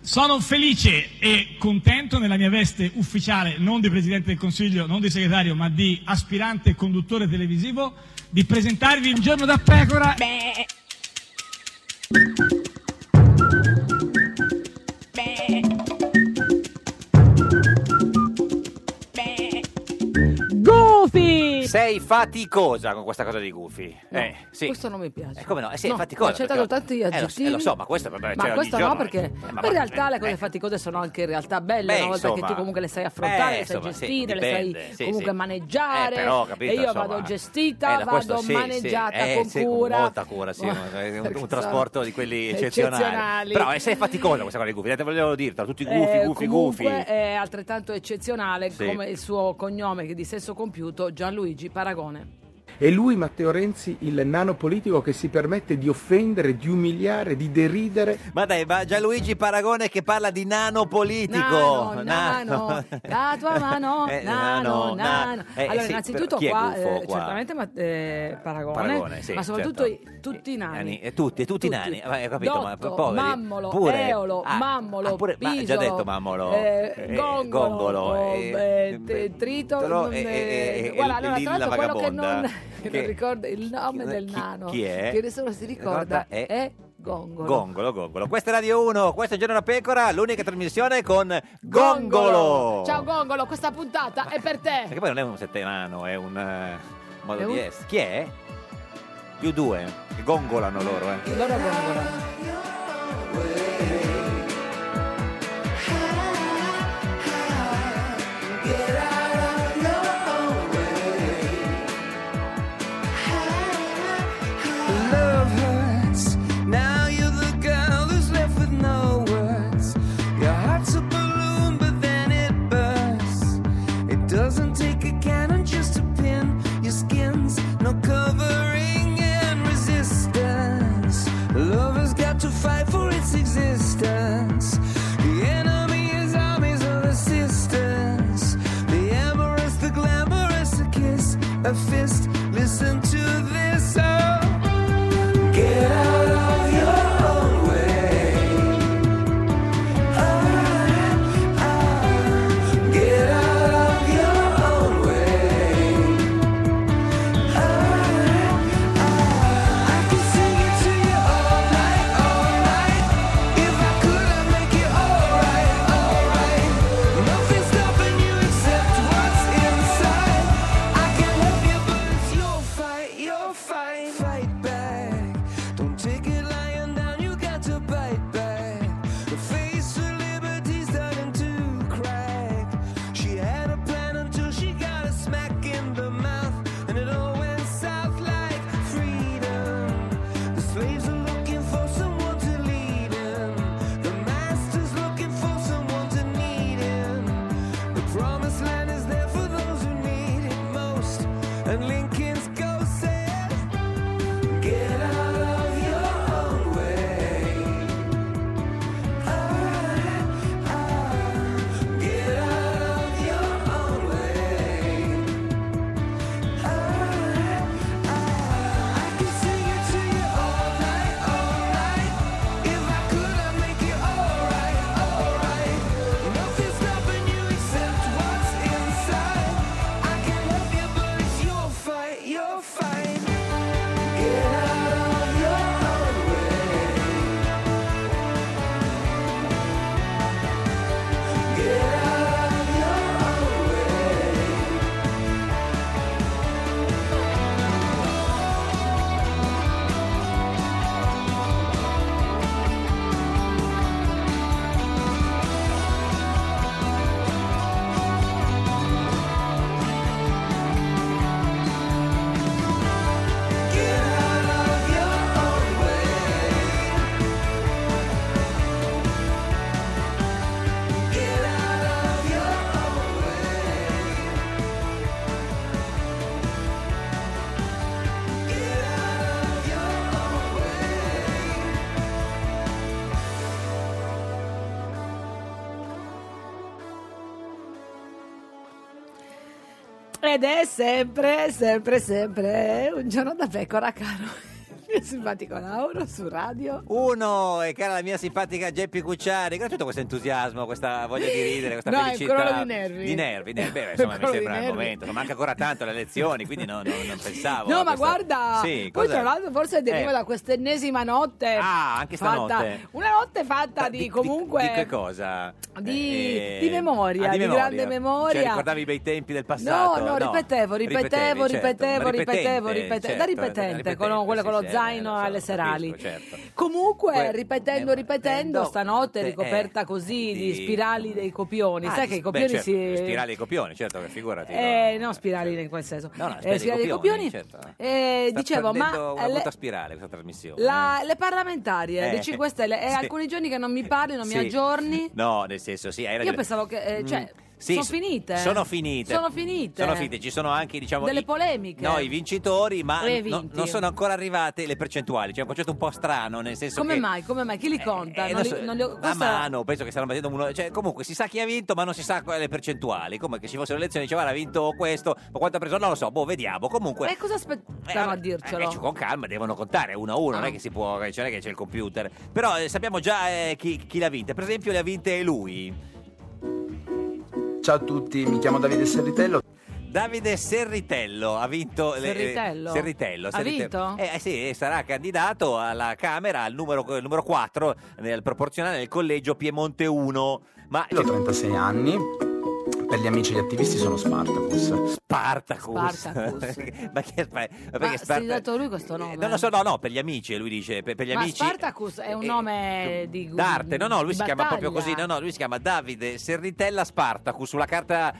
Sono felice e contento nella mia veste ufficiale, non di Presidente del Consiglio, non di segretario, ma di aspirante conduttore televisivo, di presentarvi Un giorno da pecora. Goofy! Sei faticosa con questa cosa di Goofy. No, sì. questo non mi piace. Come no? Sì, No, è faticosa. ho accettato tanti aggettivi. Lo so, ma questo vabbè, Ma cioè, questo ogni no, giorno- perché ma in realtà le cose faticose sono anche in realtà belle, una volta che insomma, tu comunque le sai affrontare, le sai insomma, sì, gestire, le dipende, sai sì, comunque sì. maneggiare. Però, capito, e io insomma, vado gestita, da questo vado sì, maneggiata sì, con sì, cura. Con molta cura, sì, Perché un trasporto di quelli eccezionali. eccezionali. Però sei faticosa questa cosa di Goofy, te volevo dire, tra tutti Goofy, comunque è altrettanto eccezionale Sì. come il suo cognome, che di sesso compiuto, Gianluigi Paragone. È lui, Matteo Renzi, il nano politico che si permette di offendere, di umiliare, di deridere. Ma dai, ma Gianluigi Paragone che parla di nano politico. Nano, la tua mano, nano. Allora, sì, innanzitutto chi è qua, gufo, qua? certamente Paragone, sì, ma soprattutto certo. tutti i nani. Tutti i nani, hai capito? Ma Dotto, poveri. Mammolo, Pure. Eolo, Mammolo, pure, ma Pisolo, già detto Mammolo, Gongolo, Trito, guarda, allora, tra l'altro quello che non ricorda il nome del nano, chi è? che nessuno si ricorda, è Gongolo. Gongolo. Questa è Radio 1, questo è Giorno da Pecora, l'unica trasmissione con Gongolo. Ciao Gongolo, questa puntata è per te. Perché poi non è un settenano, è un modo È di un- essere. Chi è? Più due, che gongolano loro, Loro gongolano. Love hurts. Now you're the girl who's left with no words. Your heart's a balloon, but then it bursts. It doesn't take a cannon just to pin your skin's no covering and resistance. Love has got to fight for its existence. The enemy is armies of assistance. The amorous, the glamorous, a kiss, a fist. Listen to this. Oh. Get out of your own way. Get out of your own way. I could sing it to you all night, all night. If I could, I'd make it alright, alright. Nothing's stopping you except what's inside. I can help you, but it's your fight, your fight. Fight back. Don't take it lying down, you got to bite back. The face of liberty's starting to crack. She had a plan until she got a smack in the mouth, and it all went south like freedom. The slaves are looking for someone to lead them. The master's looking for someone to need him. The promised land is there for those who need it most. And Lincoln's ghost says, get out of your own way. Get out of your own way. I can sing it to you all night. If I could, I'd make it alright, alright. Nothing's stopping you except what's inside. I can help you, but it's your fight, your fight. Get out of your own way. Get out of your own way. Get out of your own way. Get out of your own way. Get out of your own way. Ed è sempre un giorno da pecora, caro mio simpatico Lauro su radio. Uno, e cara la mia simpatica Geppi Cucciari, che ha tutto questo entusiasmo, questa voglia di ridere, questa No, è felicità. un crollo di nervi. Di nervi. Beh, insomma, mi crollo sembra di il nervi. momento. Non manca ancora tanto alle elezioni, quindi non pensavo. No, a ma questa- guarda, Sì, poi cos'è? tra l'altro forse deriva da quest'ennesima notte. Ah, anche stanotte. Una notte fatta di comunque... Di che cosa? Di memoria, di memoria. grande memoria. Cioè, ricordavi i bei tempi del No, passato? no, ripetevo, certo, da ripetente, con quello con lo zaino alle serali. capisco, certo. Comunque, ripetendo, stanotte ricoperta così di spirali dei copioni. Sai che i copioni certo, si... spirali dei copioni, certo, che figurati. no, spirali in quel senso. No, spirali dei copioni. certo. Dicevo, ma una brutta spirale questa trasmissione. le parlamentarie dei 5 Stelle, sì. alcuni giorni che non mi parli, non mi aggiorni. No, nel senso, sì, hai ragione. Io pensavo che, Sì, sono finite. Sono finite. Ci sono anche, diciamo, delle polemiche. No, i vincitori, ma E vinti. non sono ancora arrivate le percentuali. C'è un concetto un po' strano, nel senso Come che... mai? Chi li conta? non so, a questa- mano, penso che stanno mettendo uno. Cioè, comunque si sa chi ha vinto, ma non si sa le percentuali. Come che ci fossero le elezioni, diceva, ha vinto questo, ma quanto ha preso? Non lo so, vediamo. Comunque. E cosa aspettano a dircelo? Con calma, devono contare uno a uno, non è che si può, non è che c'è il computer. Però sappiamo già chi l'ha vinta. Per esempio, le ha vinte lui. Ciao a tutti, mi chiamo Davide Serritello. Davide Serritello ha vinto. Serritello? Ha vinto? Sì, sarà candidato alla Camera al numero 4 nel proporzionale nel collegio Piemonte 1. Ma Ho 36 anni. Per gli amici e gli attivisti sono Spartacus. Spartacus. Ma che Ma si è dato lui questo nome? Non lo so, no, per gli amici, lui dice, per gli Ma amici. Spartacus è un nome d'arte, no, lui si chiama battaglia. proprio così, no, lui si chiama Davide Serritella Spartacus, sulla carta,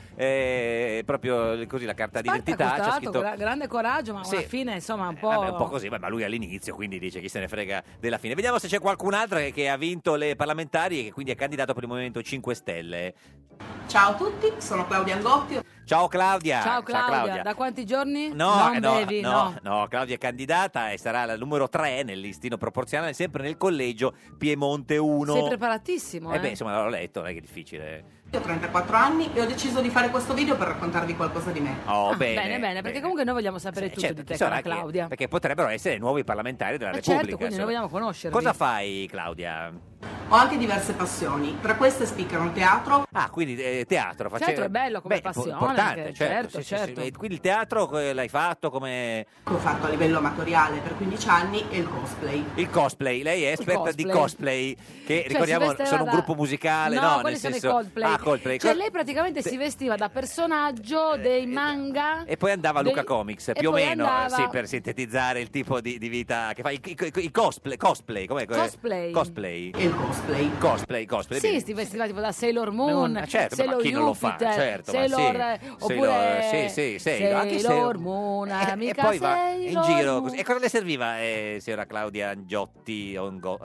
proprio così, la carta d'identità Spartacus, c'è tra scritto... l'altro, grande coraggio, ma Sì. alla fine, insomma, un po'... Vabbè, un po' così, ma lui all'inizio, quindi dice chi se ne frega della fine. Vediamo se c'è qualcun altro che ha vinto le parlamentari e che quindi è candidato per il Movimento 5 Stelle. Ciao a tutti, sono Claudia Angotti. Ciao Claudia. Ciao Claudia, da quanti giorni? No, non bevi, no. Claudia è candidata e sarà la numero 3 nel listino proporzionale, sempre nel collegio Piemonte 1. Sei preparatissimo, Beh, insomma, l'ho letto, non è che è difficile. Io ho 34 anni e ho deciso di fare questo video per raccontarvi qualcosa di me. Bene, perché comunque noi vogliamo sapere tutto certo, di te, chi sono cara anche- Claudia. Perché potrebbero essere nuovi parlamentari della Certo, Repubblica. quindi noi vogliamo conoscervi. Cosa fai, Claudia? Ho anche diverse passioni, tra queste spiccano il teatro. Ah, quindi teatro. Teatro è bello come passione, Importante, anche, certo. certo. E quindi il teatro l'hai fatto come... Che ho fatto a livello amatoriale per 15 anni e il cosplay. Il cosplay, lei è esperta di cosplay, che Cioè, ricordiamo si vestiva sono un da- gruppo musicale, no, no? quelli Nel sono senso... i Coldplay. Ah, Coldplay. Cioè lei praticamente si vestiva da personaggio dei manga E poi andava a Luca dei- Comics, e più o poi meno, andava- sì, per sintetizzare il tipo di vita che fa. I cosplay, com'è? Cosplay. E il cosplay. Cosplay. Sì, bene. si vestiva tipo da Sailor Moon, certo, ma Sailor chi non lo fa? Jupiter, Certo, ma Sailor, sì. oppure Sailor, anche Sailor Moon, E amica poi va in Sailor giro Moon. così. E cosa le serviva, signora Claudia Angiotti?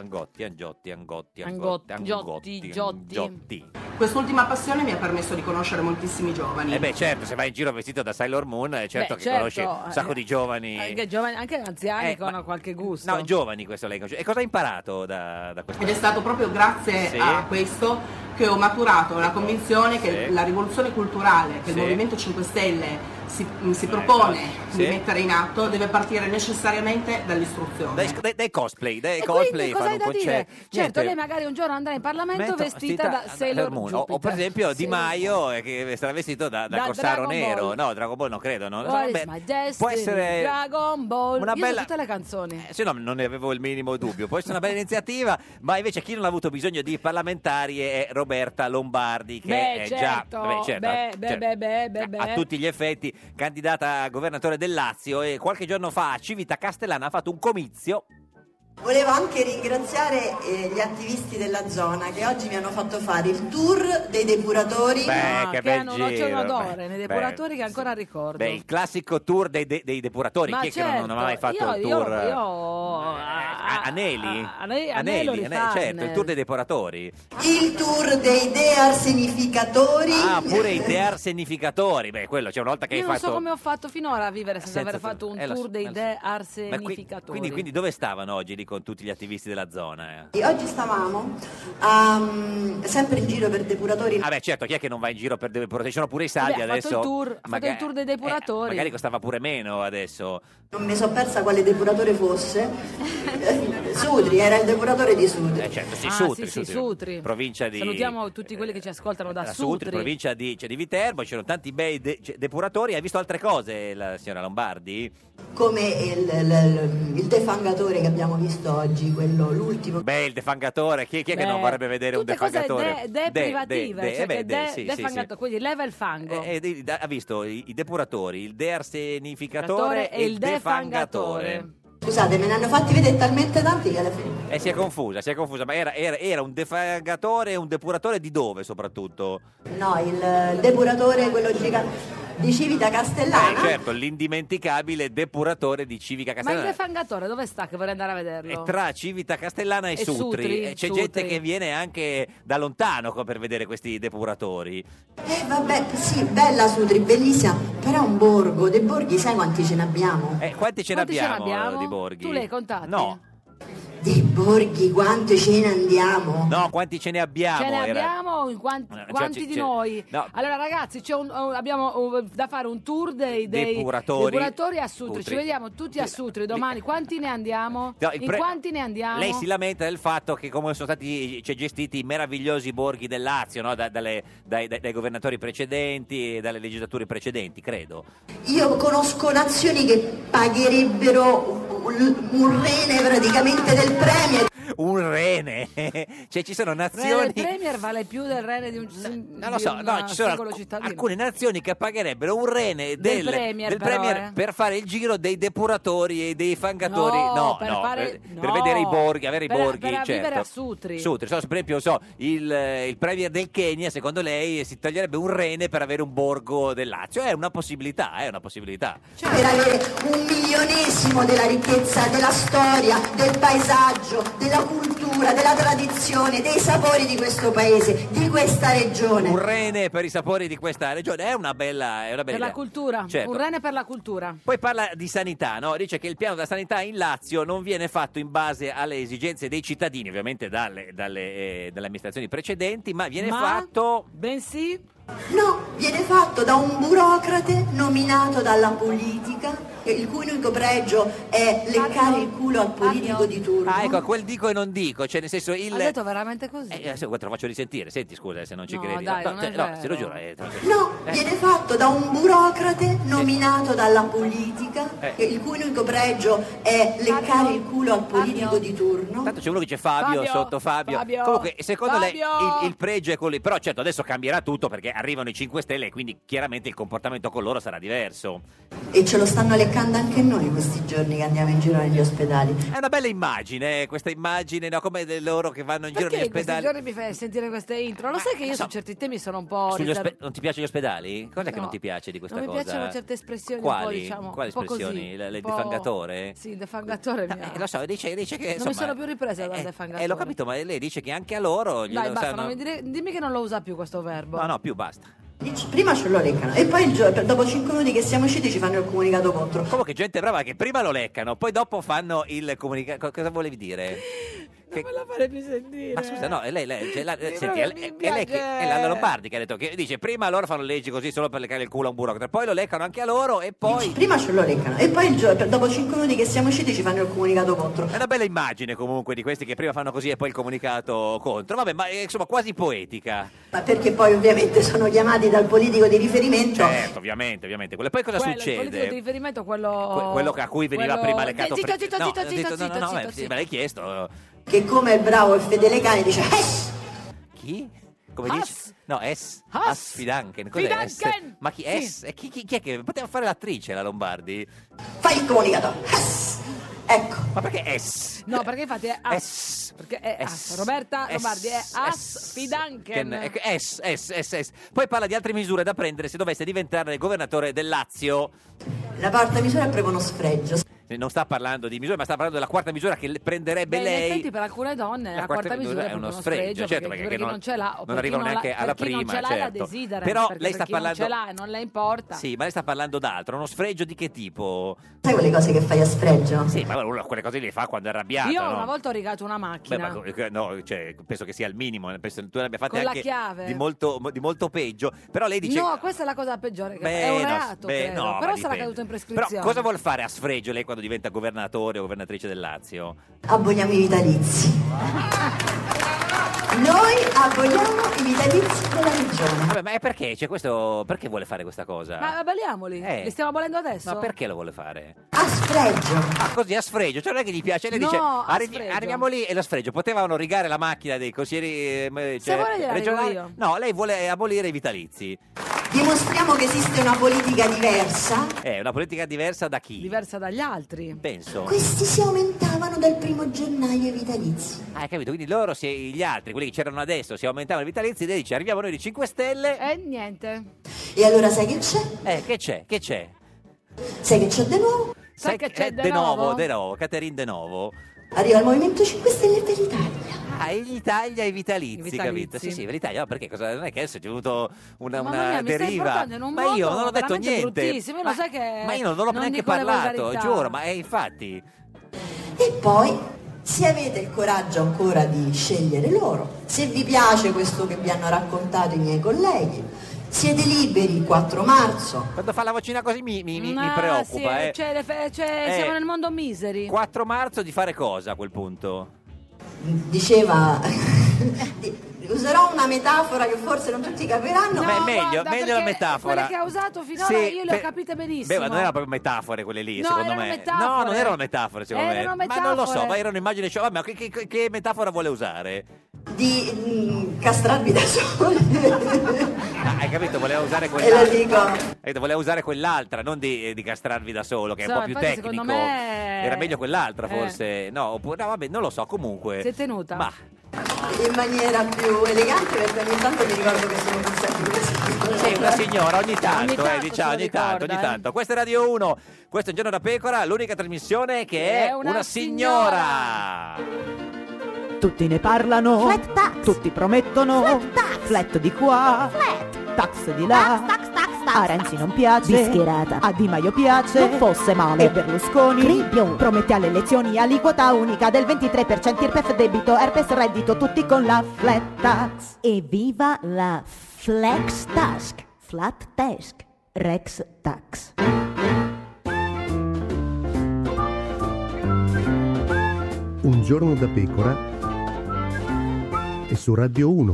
Angiotti. Quest'ultima passione mi ha permesso di conoscere moltissimi giovani. Eh beh, certo, se vai in giro vestito da Sailor Moon, certo Beh, che conosci un sacco di giovani. Anche anziani con ma- qualche gusto. No, giovani questo lei conosce. E cosa ha imparato da questo? Ed è stato proprio grazie Sì. a questo che ho maturato la convinzione che Sì. la rivoluzione culturale che Sì. il Movimento 5 Stelle si propone Sì. di mettere in atto deve partire necessariamente dall'istruzione. Dai cosplay, E cosplay quindi cosa fanno hai un da dire? concerto. Certo, Niente. lei magari un giorno andrà in Parlamento vestita da Sailor Moon. O per esempio Di Maio che sarà vestito da Corsaro Dragon Nero. Ball. No, Dragon Ball non credo. No? What Vabbè, is my destiny? può essere Dragon Ball. una Io bella- so tutte le canzoni. Se no, non ne avevo il minimo dubbio. Può essere una bella iniziativa, ma invece chi non ha avuto bisogno di parlamentari è Roberta Lombardi, che Beh, è certo. già a tutti gli effetti candidata a governatore del Lazio, e qualche giorno fa a Civita Castellana ha fatto un comizio. Volevo anche ringraziare gli attivisti della zona che oggi mi hanno fatto fare il tour dei depuratori. Beh, che bel hanno giro. c'è un odore nei Beh, depuratori che ancora ricordo. Beh, il classico tour dei depuratori. Ma Chi è che non ha mai fatto io, il tour? Anelli? Anelli, certo, il tour dei depuratori. Il tour dei dearsenificatori. Ah, pure i dearsenificatori. Beh, quello c'è una volta che Io hai non fatto. so come ho fatto finora a vivere senza Senza- aver fatto un lo tour so, dei lo so. dearsenificatori. Quindi dove stavano oggi lì con tutti gli attivisti della zona? E oggi stavamo a sempre in giro per depuratori. Vabbè, certo, chi è che non va in giro per depuratori? Ci sono pure i saldi Vabbè, adesso. ha fatto il tour dei depuratori. Magari costava pure meno adesso. Non mi sono persa quale depuratore fosse. Sutri, era il depuratore di Sutri. Certo, sì, Sutri. Provincia di... Salutiamo tutti quelli che ci ascoltano da Sutri. Provincia di Viterbo, c'erano tanti bei depuratori. Hai visto altre cose, la signora Lombardi? Come il defangatore che abbiamo visto oggi, quello l'ultimo. Beh, il defangatore, chi è che non vorrebbe vedere un defangatore? Deprivative, defangatore, quindi leva il fango. Ha visto i depuratori, il dearsenificatore e il defangatore. Scusate, me ne hanno fatti vedere talmente tanti che alla fine... Si è confusa, ma era un defangatore e un depuratore di dove soprattutto? No, il depuratore, quello gigante di Civita Castellana. Certo, l'indimenticabile depuratore di Civica Castellana. Ma il defangatore dove sta che vorrei andare a vederlo? È tra Civita Castellana e Sutri. C'è gente che viene anche da lontano per vedere questi depuratori. Vabbè, sì, bella Sutri, bellissima, però è un borgo, dei borghi sai quanti ce ne abbiamo? Quanti ce ne abbiamo di borghi? Tu li hai contati? No. Dei borghi, quanti ce ne andiamo? No, quanti ce ne abbiamo? Ce ne abbiamo? Quanti di noi? No. Allora ragazzi, abbiamo da fare un tour dei depuratori a Sutri. Ci vediamo tutti a Sutri domani. Quanti ne andiamo? No, quanti ne andiamo? Lei si lamenta del fatto che come sono stati gestiti i meravigliosi borghi del Lazio, no? dai governatori precedenti e dalle legislature precedenti, credo. Io conosco nazioni che pagherebbero un rene praticamente del Premier. Un rene? Cioè ci sono nazioni... Il Premier vale più del rene di un non lo so, ci sono alcune nazioni che pagherebbero un rene del Premier per fare il giro dei depuratori e dei fangatori. Per vedere i borghi, avere i borghi. Per certo. vivere a Sutri. Per esempio, il Premier del Kenya, secondo lei, si toglierebbe un rene per avere un borgo del Lazio. È una possibilità, Cioè, per avere 1/1000 della ricchezza, della storia, del paesaggio, della cultura, della tradizione, dei sapori di questo paese, di questa regione. Un rene per i sapori di questa regione è una bella per idea. la cultura, certo. Un rene per la cultura. Poi parla di sanità, no? Dice che il piano della sanità in Lazio non viene fatto in base alle esigenze dei cittadini, ovviamente dalle amministrazioni precedenti, ma viene fatto... Bensì... No, viene fatto da un burocrate nominato dalla politica, il cui unico pregio è leccare il culo al politico di turno. Ecco, quel dico e non dico, cioè nel senso il... Ha detto veramente così? Adesso te lo faccio risentire, senti scusa se non ci No, credi. dai, non è vero. Se lo giuro. No, viene fatto da un burocrate nominato dalla politica, il cui unico pregio è leccare il culo al politico di turno. Tanto c'è uno che dice Fabio sotto Fabio. Comunque, secondo lei il pregio è quello lì, però certo adesso cambierà tutto perché arrivano i 5 Stelle e quindi chiaramente il comportamento con loro sarà diverso. E ce lo stanno leccando anche noi questi giorni che andiamo in giro negli ospedali. È una bella immagine, questa immagine, no? Come loro che vanno in giro negli ospedali. Questi giorni mi fai sentire queste intro? Lo sai che io su certi temi sono un po'... Non ti piacciono gli ospedali? Cos'è che non ti piace di questa cosa? cosa? Non mi piacciono certe espressioni. Quali? Un po', diciamo, Quali un po' espressioni? Così, Il defangatore? Sì, il defangatore Lo so, dice che non insomma, mi sono più ripresa dal defangatore. L'ho capito, ma lei dice che anche a loro... Dai, basta, dimmi che non lo usa più questo verbo. No, più basta. Prima ce lo leccano e poi dopo 5 minuti che siamo usciti ci fanno il comunicato contro. Comunque gente brava che prima lo leccano, poi dopo fanno il comunicato. Cosa volevi dire? Non me la fare più sentire. Ma scusa, no, senti, è lei che è la Lombardi che ha detto che dice prima loro fanno leggi così solo per leccare il culo a un burocrate, poi lo leccano anche a loro e poi... Prima ce lo leccano e poi dopo 5 minuti che siamo usciti ci fanno il comunicato contro. È una bella immagine comunque di questi che prima fanno così e poi il comunicato contro. Vabbè, ma insomma quasi poetica. Ma perché poi ovviamente sono chiamati dal politico di riferimento. Certo, ovviamente. E poi cosa succede? Il politico di riferimento quello a cui veniva prima leccato... Zitto. Me l'hai chiesto... Che come il bravo e fedele cane dice Chi? Come dice? No, As Fidanken. Cos'è? Ma chi? Sì. Chi è che poteva fare l'attrice la Lombardi? Fai il comunicato. Ecco. Ma perché S? No, perché infatti è As. Perché è As. Roberta Lombardi è As Fidanken. S. Poi parla di altre misure da prendere se dovesse diventare governatore del Lazio. La quarta misura è proprio uno sfregio. non sta parlando di misure, ma sta parlando della quarta misura che prenderebbe lei. In effetti per alcune donne la quarta misura è uno sfregio, certo, perché chi non ce l'ha, o non arrivano neanche alla prima, non ce l'ha, la desidera, però lei sta parlando, non ce l'ha e non le importa. Sì, ma lei sta parlando d'altro, uno sfregio di che tipo? Sai quelle cose che fai a sfregio? Sì, ma uno quelle cose le fa quando è arrabbiato. Io no? una volta ho rigato una macchina. No, cioè, penso che sia il minimo, penso che tu ne abbia fatte con anche la chiave. di molto peggio, però lei dice no, questa è la cosa peggiore, è un reato, no, però sarà caduto in prescrizione. Però cosa vuol fare a sfregio lei quando diventa governatore o governatrice del Lazio? Aboliamo i vitalizi. Noi aboliamo i vitalizi della regione. Vabbè, ma è perché? Cioè, perché vuole fare questa cosa? Ma aboliamoli, li stiamo abolendo adesso? Ma perché lo vuole fare? A sfregio. Ah, così a sfregio, cioè non è che gli piace, lei no, dice sfregio. arriviamo lì e lo sfregio. Potevano rigare la macchina dei consiglieri Se vuole regionali. io. No, lei vuole abolire i vitalizi. Dimostriamo che esiste una politica diversa. Una politica diversa da chi? Diversa dagli altri. Penso. Questi si aumentavano dal 1 gennaio i vitalizi. Ah, hai capito? Quindi loro, gli altri, quelli che c'erano adesso, si aumentavano i vitalizi, lei dice arriviamo noi di 5 Stelle. E niente. E allora sai che c'è? Che c'è? Sai che c'è de nuovo? Sai che c'è de nuovo? Caterine de nuovo. Arriva il Movimento 5 Stelle e per l'Italia. Ah, e gli taglia i vitalizi, capito? Sì, per l'Italia, no, perché non è che adesso c'è avuto una deriva. Ma io non ho detto niente. Lo sai che ma io non ho neanche parlato, giuro, ma infatti. E poi, se avete il coraggio ancora di scegliere loro, se vi piace questo che vi hanno raccontato i miei colleghi, siete liberi il 4 marzo. Quando fa la vocina così mi preoccupa. Siamo nel mondo misery. 4 marzo di fare cosa a quel punto? Diceva userò una metafora che forse non tutti capiranno. No, meglio la metafora. Quelle che ha usato finora io le ho capite benissimo. Ma non erano proprio metafore quelle lì, no, secondo me. Metafore. No, non erano metafore, secondo me. Metafore. Ma non lo so, ma erano immagini. Vabbè, che metafora vuole usare? Di castrarvi da soli. Hai capito? Voleva usare quell'altra. E lo dico. Voleva usare quell'altra, non di castrarvi da solo, che è un po' più tecnico. Secondo me era meglio quell'altra, forse. No, oppure no, vabbè, non lo so, comunque. Si è tenuta. Ma in maniera più elegante, perché ogni tanto mi ricordo che sono passati così. Sì, una signora ogni tanto. Questa è Radio 1, questo è Un Giorno da Pecora, l'unica trasmissione che è una signora. Tutti ne parlano, flat tax. Tutti promettono, flat tax. Flat di qua, flat. Tax di là, tax. A Renzi non piace, Schierata. A Di Maio piace, non fosse male. E Berlusconi Cribbio. promette alle elezioni aliquota unica del 23%, IRPEF, debito, herpes, reddito, tutti con la flat tax. Evviva la flex tax, flat tax, Rex tax. Un Giorno da Pecora e su Radio 1.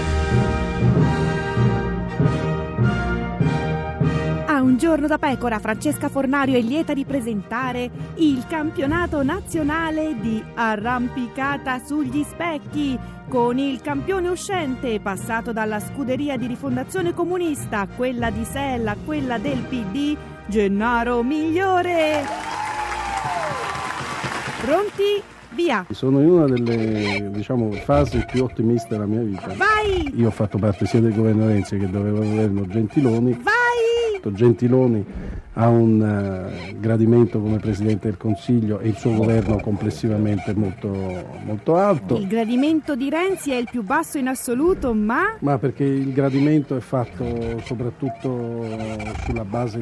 A Un Giorno da Pecora, Francesca Fornario è lieta di presentare il campionato nazionale di arrampicata sugli specchi, con il campione uscente passato dalla scuderia di Rifondazione Comunista a quella di Sella, a quella del PD, Gennaro Migliore. Pronti? Via. Sono in una delle, fasi più ottimiste della mia vita. Vai! Io ho fatto parte sia del governo Renzi che del governo Gentiloni. Vai! Gentiloni ha un gradimento come Presidente del Consiglio e il suo governo complessivamente molto, molto alto. Il gradimento di Renzi è il più basso in assoluto, ma perché il gradimento è fatto soprattutto sulla base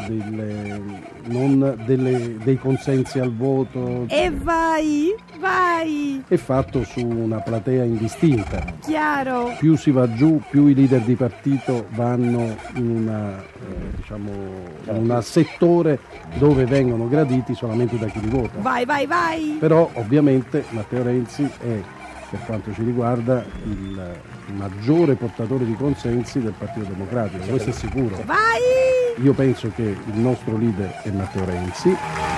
dei consensi al voto. E vai! È fatto su una platea indistinta. Chiaro. Più si va giù, più i leader di partito vanno in un settore dove vengono graditi solamente da chi li vota. Vai! Però ovviamente Matteo Renzi è, per quanto ci riguarda, il maggiore portatore di consensi del Partito Democratico, questo è sicuro. Vai! Io penso che il nostro leader è Matteo Renzi.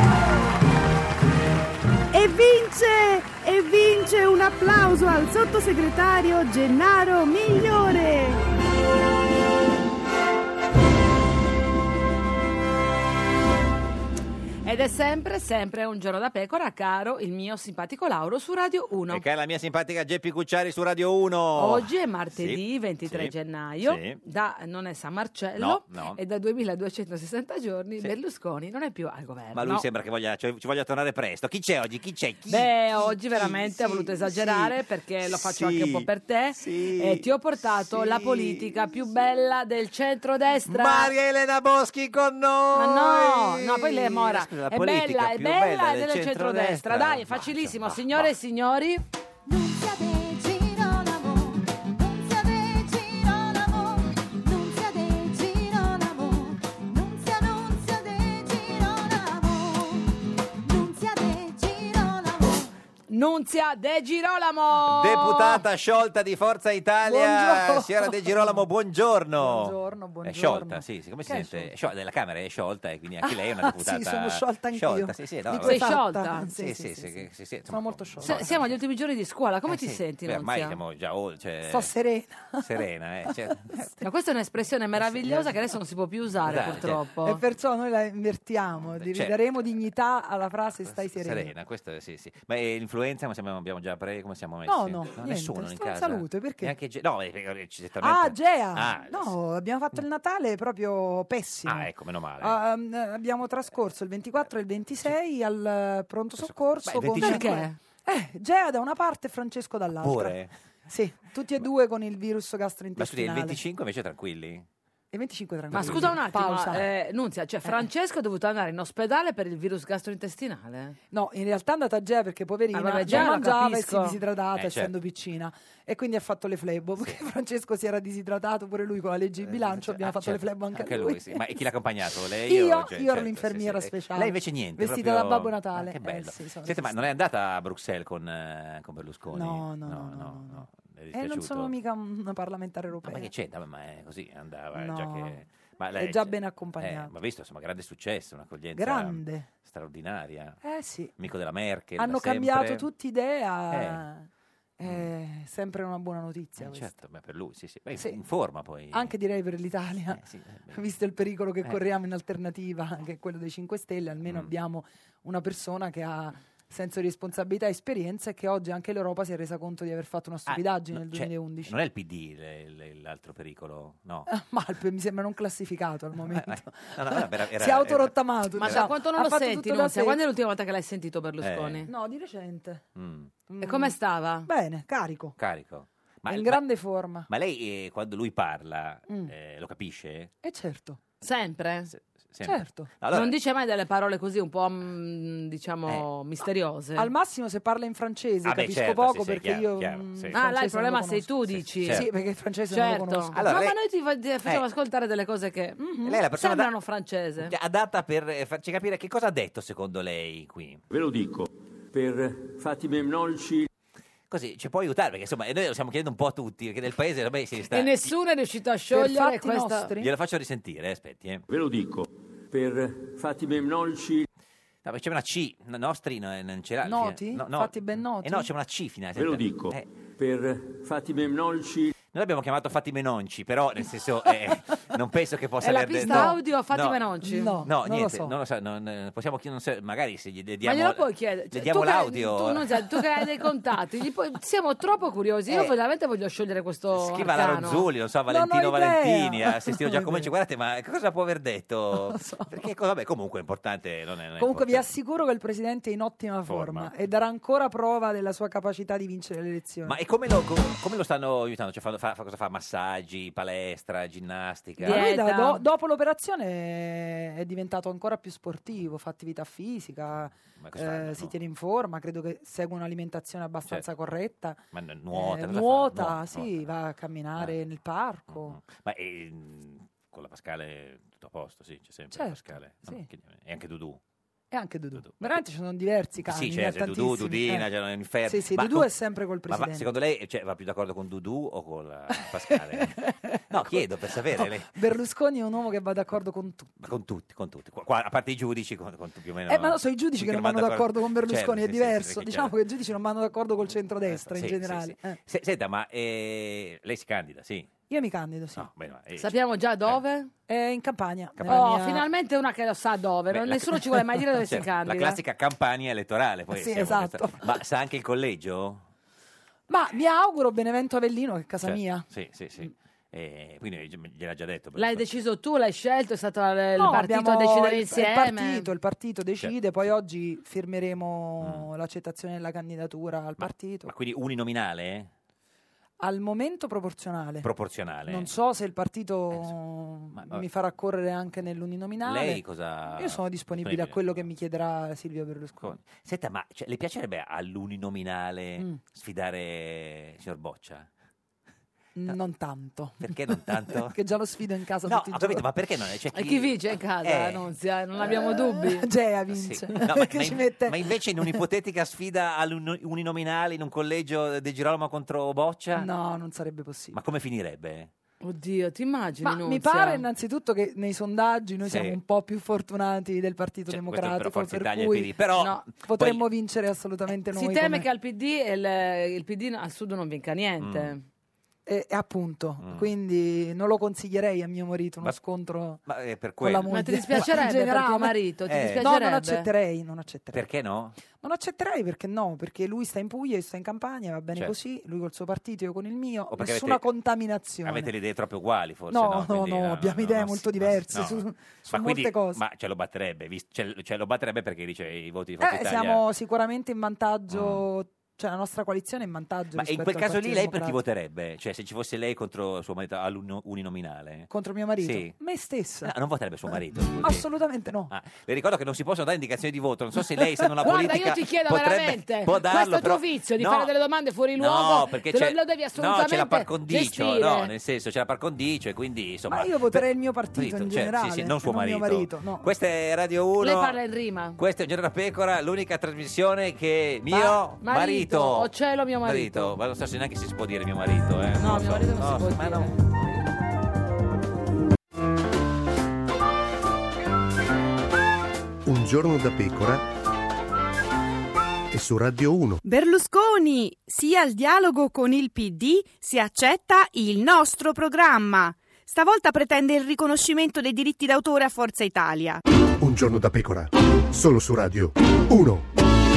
E vince un applauso al sottosegretario Gennaro Migliore. Ed è sempre un giorno da pecora, caro il mio simpatico Lauro su Radio 1. E cara la mia simpatica Geppi Cucciari su Radio 1. Oggi è martedì Sì, 23 sì, gennaio, sì. non è San Marcello, No. e da 2260 giorni Berlusconi non è più al governo. Ma lui sembra che ci voglia tornare presto. Chi c'è oggi? Chi c'è? Oggi veramente ho voluto esagerare perché lo faccio anche un po' per te. E ti ho portato la politica più bella del centrodestra. Maria Elena Boschi con noi! Ma no, poi lei Mora Scusa, la è politica bella più bella e del del centrodestra. Dai, è facilissimo, signore e signori. Nunzia De Girolamo, Deputata sciolta di Forza Italia. Buongiorno. Signora De Girolamo, buongiorno. Buongiorno. È sciolta, sì, come si sente? Della Camera è sciolta e quindi anche lei è una deputata. Sì, sono sciolta anch'io. Sciolta, sì, Sei vabbè. sciolta? Sì, Sono molto sciolta. Siamo agli ultimi giorni di scuola, come ti senti, Ormai Nunzia? siamo già Sto serena. serena, Ma questa è un'espressione meravigliosa che adesso non si può più usare, purtroppo. E perciò noi la invertiamo, ridaremo dignità alla frase stai serena. serena, questo sì. Ma l'influenza abbiamo già come siamo messi? No, niente, nessuno in sto in casa. salute, perché? Neanche no, ci Gea! No, abbiamo fatto il Natale proprio pessimo. Ah, ecco, meno male. Abbiamo trascorso il 24 e il 26 al pronto soccorso. Beh, il 25? Perché? Gea da una parte e Francesco dall'altra. Pure? Sì, tutti e due con il virus Ma scusi, gastrointestinale. il 25 invece tranquilli? Il 25 Ma scusa un attimo, Pausa. Nunzia, Francesco è dovuto andare in ospedale per il virus gastrointestinale? No, in realtà è andata a Gea perché poverina vabbè, già Gea lo mangiava e si capisco. è disidratata certo. essendo piccina e quindi ha fatto le flebo perché Francesco si era disidratato pure lui con la legge di bilancio, abbiamo fatto le flebo anche a lui. Sì. Ma e chi l'ha accompagnato? Lei? Io Cioè, ero l'infermiera sì. speciale. Lei invece niente. Vestita proprio... da Babbo Natale. Che bello. Sì, Senta, ma non è andata a Bruxelles con Berlusconi? No. Le è E non dispiaciuto? sono mica una parlamentare europea. Ma che c'entra? Ma è così, andava No. già che... Ma È già ben accompagnato. Ma visto, insomma, grande successo, un'accoglienza Grande. straordinaria. Sì. Amico della Merkel. Hanno da sempre. cambiato tutti idea. È sempre una buona notizia questa. Certo, beh, per lui, sì. Beh, Sì. in forma poi. Anche direi per l'Italia, visto il pericolo che corriamo in alternativa, che è quello dei 5 Stelle, almeno abbiamo una persona che ha senso di responsabilità e esperienza e che oggi anche l'Europa si è resa conto di aver fatto una stupidaggine nel 2011. Non è il PD l'altro pericolo, no. Malpe mi sembra non classificato al momento. No, Si è autorottamato. Ma da quanto non Ha lo fatto senti, tutto da Nunzia? sé. Quando è l'ultima volta che l'hai sentito Berlusconi? No, di recente. E come stava? Bene, carico. Ma, in grande forma. Ma lei quando lui parla Mm. lo capisce? Certo. Sempre? Sempre. Certo. Allora- Non dice mai delle parole così un po' diciamo misteriose? Al massimo se parla in francese Ah, beh, capisco certo, poco sì, perché chiaro, io chiaro, sì. Ah, là il francese problema non lo sei tu, conosco. dici? Sì, perché il francese non lo Certo. conosco. Allora, no, lei- ma noi ti facciamo ascoltare delle cose che Lei è la persona sembrano francese. adatta per farci capire che cosa ha detto secondo lei qui. Ve lo dico, per fatti memnolci. Così ci può aiutare, perché insomma noi lo stiamo chiedendo un po' a tutti, perché nel paese ormai si sta... E nessuno è riuscito a sciogliere fatti questa... nostri? Glielo faccio risentire, aspetti. Ve lo dico, per fatti memnolci. No, c'è una C, nostri non c'era. Noti? No. Fatti ben noti? No, c'è una C finale. Ve lo dico, per fatti memnolci. Noi l'abbiamo chiamato Fatti Menonci, però nel senso non penso che possa È la aver pista detto... audio a Fatti No. Menonci? No, No, non niente, lo so. non lo so, possiamo chiedere, magari se gli Ma diamo, glielo puoi chiedere? le Cioè, diamo tu che- l'audio. Tu, non sai, tu che hai dei contatti, siamo troppo curiosi. Io veramente voglio sciogliere questo Scriva alla arcano. Ronzulli, non so, a Non Valentino ho idea. Valentini, a Sestino Non ho Giacomonci, idea. guardate, ma cosa può aver detto? Perché, vabbè, comunque è importante, non è Comunque vi importante. assicuro che il presidente è in ottima forma e darà ancora prova della sua capacità di vincere le elezioni. Ma e come lo stanno aiutando? Cioè, cosa fa? Massaggi, palestra, ginnastica? Ma lui dopo l'operazione è diventato ancora più sportivo, fa attività fisica, Ma cosa fa? si tiene in forma, credo che segua un'alimentazione abbastanza corretta. Ma nuota, cosa fa? Nuota, sì, Nuota. va a camminare nel parco. Ma con la Pascale tutto a posto, sì, c'è sempre la Certo, Pascale. sì. E anche Dudu. E anche Dudu. Veramente ci sono diversi cani. Sì, c'è Dudu, Dudina, c'è un inferno. Sì, sì, Ma Dudu com- è sempre col Ma presidente. secondo lei va più d'accordo con Dudu o con la Pascale? No, chiedo per sapere. No, Lei. Berlusconi è un uomo che va d'accordo con tutti. Ma con tutti. Qua, a parte i giudici, con più o meno. Ma lo so, i giudici che non vanno d'accordo con Berlusconi Certo, è sì, diverso. sì, perché Diciamo c'è- che i giudici non vanno d'accordo col centrodestra in Sì, generale. sì, sì. Senta, ma lei si candida, sì? Io mi candido, sì. No, beh, Sappiamo già dove? In Campania. Finalmente una che lo sa dove. Nessuno ci vuole mai dire dove si candida. La classica campagna elettorale. Poi Sì, esatto. Ma sa anche il collegio? Ma mi auguro Benevento Avellino, che è casa mia. Sì. Quindi gliel'ha già detto. L'hai deciso tu, l'hai scelto, è stato il No, partito a abbiamo decidere insieme. Il partito decide, poi oggi firmeremo l'accettazione della candidatura al partito. Ma quindi uninominale? Al momento proporzionale. Proporzionale. Non so se il partito mi farà correre anche nell'uninominale. Lei cosa... Io sono disponibile a quello che mi chiederà Silvio Berlusconi. Senta, ma le piacerebbe all'uninominale sfidare il signor Boccia? Non tanto. Perché non tanto? Perché già lo sfido in casa No, tutti i ho capito, giorni. ma perché non? C'è E chi vince in casa, Nunzia? Non abbiamo dubbi. Gea vince. No, ma invece in un'ipotetica sfida all'uninominale in un collegio De Girolamo contro Boccia? No, non sarebbe possibile. Ma come finirebbe? Oddio, ti immagini, Ma Nunzia? mi pare innanzitutto che nei sondaggi noi Sì. siamo un po' più fortunati del Partito Questo Democratico, per Forza per Italia e cui PD, però no, potremmo vincere assolutamente noi. Si teme come- che al PD il PD al sud non vinca niente. Appunto, quindi non lo consiglierei a mio marito uno scontro Ma per con la quello. moglie. Ma ti dispiacerebbe In generale. per tuo marito? Ti No, dispiacerebbe? No, non accetterei. Perché no? Non accetterei perché no, perché lui sta in Puglia, io sto in Campania, va bene Certo. così, lui col suo partito, io con il mio, O perché nessuna avete- contaminazione. Avete le idee troppo uguali, forse? No, Quindi, abbiamo idee molto diverse su Ma molte quindi- cose. Ma ce lo batterebbe, cioè lo batterebbe perché dice i voti di Forza Italia. Siamo sicuramente in vantaggio, cioè la nostra coalizione è in vantaggio Ma in rispetto quel al caso lì Partito lei per chi Democratico. voterebbe? Cioè se ci fosse lei contro suo marito all'uninominale? Contro mio marito? Sì. Me stessa. No, non voterebbe suo marito, scusi. Assolutamente no. Le ricordo che non si possono dare indicazioni di voto. Non so se lei, essendo una Guarda, politica, io ti chiedo potrebbe, veramente, può darlo, questo però- tuo vizio di No, fare delle domande fuori luogo, no, perché te c'è, lo devi no, assolutamente c'è la par condicio, gestire. no, nel senso c'è la par condicio e quindi insomma. Ma io voterei il mio partito in cioè, generale, sì, non suo non mio marito, no. Questa è Radio 1. Lei parla in rima. Questa è Un Giorno da Pecora, l'unica trasmissione che mio marito. O cielo mio marito. Ma non so se neanche si può dire mio marito, eh. No, lo mio so. marito non si può ma dire. no. Un giorno da pecora e su Radio 1. Berlusconi, sia al dialogo con il PD, si accetta il nostro programma. Stavolta pretende il riconoscimento dei diritti d'autore a Forza Italia. Un giorno da pecora, solo su Radio 1.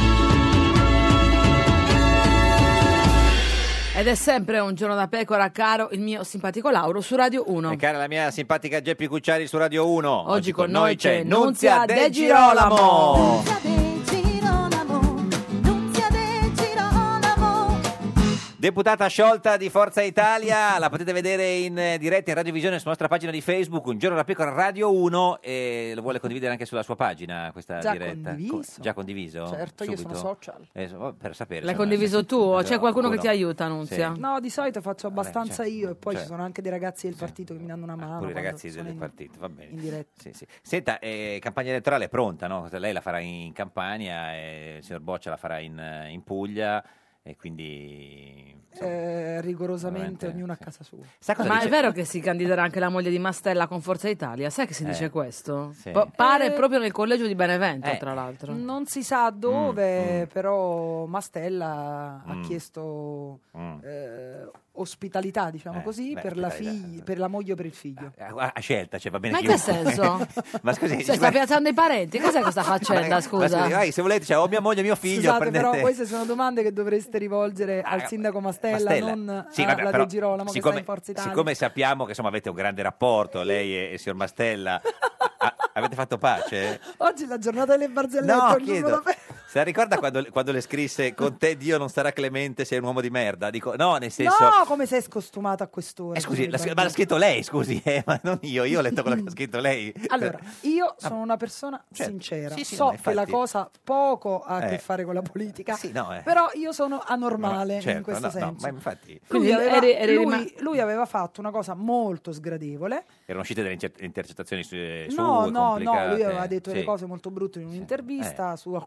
Ed è sempre Un giorno da pecora, caro il mio simpatico Lauro su Radio 1. E cara la mia simpatica Geppi Cucciari su Radio 1. Oggi con noi c'è Nunzia Nunzia De De Girolamo. Deputata sciolta di Forza Italia, la potete vedere in diretta in radiovisione sulla nostra pagina di Facebook, Un giorno da pecora Radio 1, e lo vuole condividere anche sulla sua pagina questa Già diretta? condiviso. Già condiviso? Certo, io Subito? sono social. Per sapere. L'hai insomma, condiviso se- tu o c'è qualcuno che qualcuno. ti aiuta, Nunzia? Sì. No, di solito faccio abbastanza certo, io e poi certo. ci sono anche dei ragazzi del partito che mi danno una mano. Pure i quando ragazzi sono del in- partito, va bene. in diretta. Sì, sì. Senta, campagna elettorale è pronta, no? Lei la farà in Campania, e il signor Boccia la farà in Puglia, e quindi... rigorosamente veramente, ognuno a casa sua. Sa cosa Ma dice? è vero che si candiderà anche la moglie di Mastella con Forza Italia? Sai che si dice questo? sì. Pare proprio nel collegio di Benevento, tra l'altro. Non si sa dove, però Mastella ha chiesto ospitalità, diciamo così, beh, per la ospitalità. per la moglie o per il figlio. A scelta, cioè va bene Ma in che chiunque. senso? Ma scusi, Cioè, sta piazzando i parenti? Cos'è questa faccenda, ma scusa? scusi, vai, se volete, cioè, o mia moglie o mio figlio, Scusate, prendete... però queste sono domande che dovreste rivolgere al sindaco Mastella, non Sì, alla vabbè, però, De Girolamo che sta in Forza Italia. siccome sappiamo che insomma avete un grande rapporto, lei e il signor Mastella, avete fatto pace? Oggi è la giornata delle barzellette. No, il giorno chiedo. da Se la ricorda quando le scrisse con te Dio non sarà clemente, sei un uomo di merda? Dico, no, nel senso... No, come sei scostumata a quest'ora? Scusi, ma l'ha scritto lei, scusi, ma non io ho letto quello che ha scritto lei. Allora, io sono una persona sincera, Sì, sì, so no, che infatti- la cosa poco ha a che Eh. fare con la politica, Sì, no, però io sono anormale Certo, in questo no, senso. ma infatti Quindi Lui aveva fatto una cosa molto sgradevole. erano uscite delle intercettazioni sue No, complicate. lui aveva detto Sì. delle cose molto brutte in un'intervista su alcune mie Vabbè,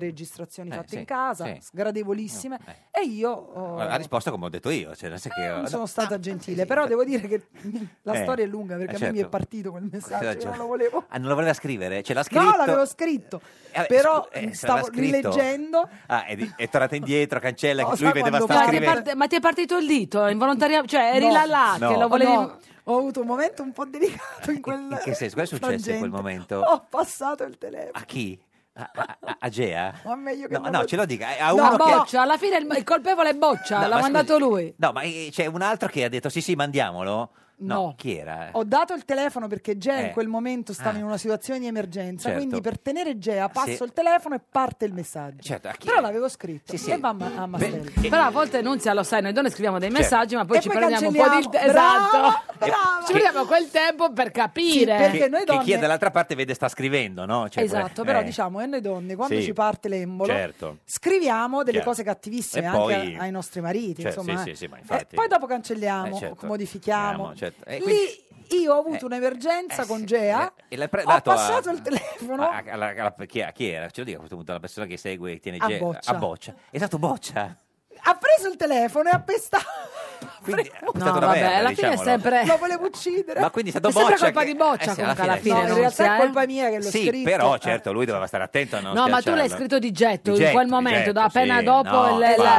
registrazioni fatte in casa, sgradevolissime, e io ha risposto come ho detto io, cioè, non sono stata gentile, però devo dire che la storia è lunga, perché a me mi è partito quel messaggio, non lo volevo. Non lo voleva scrivere? Ce l'ha scritto? No, l'avevo scritto, però stavo rileggendo. È tornata indietro, cancella, No, lui vedeva sta scrivendo. Ma ti è partito il dito involontariamente? Cioè eri là che lo volevi... No. Ho avuto un momento un po' delicato in quel... In che senso? Cosa è successo in quel momento? Ho passato il telefono. A chi? A Gea? Ma meglio che no, ce lo dica. Boccia, alla fine il colpevole è Boccia, l'ha mandato lui. No, ma c'è un altro che ha detto sì, mandiamolo. No, chi era? Ho dato il telefono perché Gea in quel momento stava in una situazione di emergenza, quindi per tenere Gea passo il telefono e parte il messaggio. Certo, però l'avevo scritto e va a Mastella. Però a volte Nunzia lo sai, noi donne scriviamo dei messaggi ma poi ci prendiamo un po' di brava. Ci prendiamo quel tempo per capire. Perché noi donne... Che chi è dall'altra parte vede sta scrivendo, no? Cioè, esatto, però diciamo noi donne quando ci parte l'embolo scriviamo delle cose cattivissime anche ai nostri mariti, insomma. Ma infatti. Poi dopo cancelliamo, modifichiamo. Lì io ho avuto un'emergenza con Gea, ho passato il telefono chi era? Ce lo dico a questo punto, la persona che segue e tiene Gea a Boccia. Esatto, Boccia. Ha preso il telefono e ha pestato. Quindi, alla fine è sempre... Lo volevo uccidere. Ma quindi è stato Boccia. È sempre colpa che... di Boccia comunque alla fine. No, in realtà è colpa mia che l'ho scritto. Sì, però certo, lui doveva stare attento a non No, ma tu l'hai scritto di getto in quel momento, appena dopo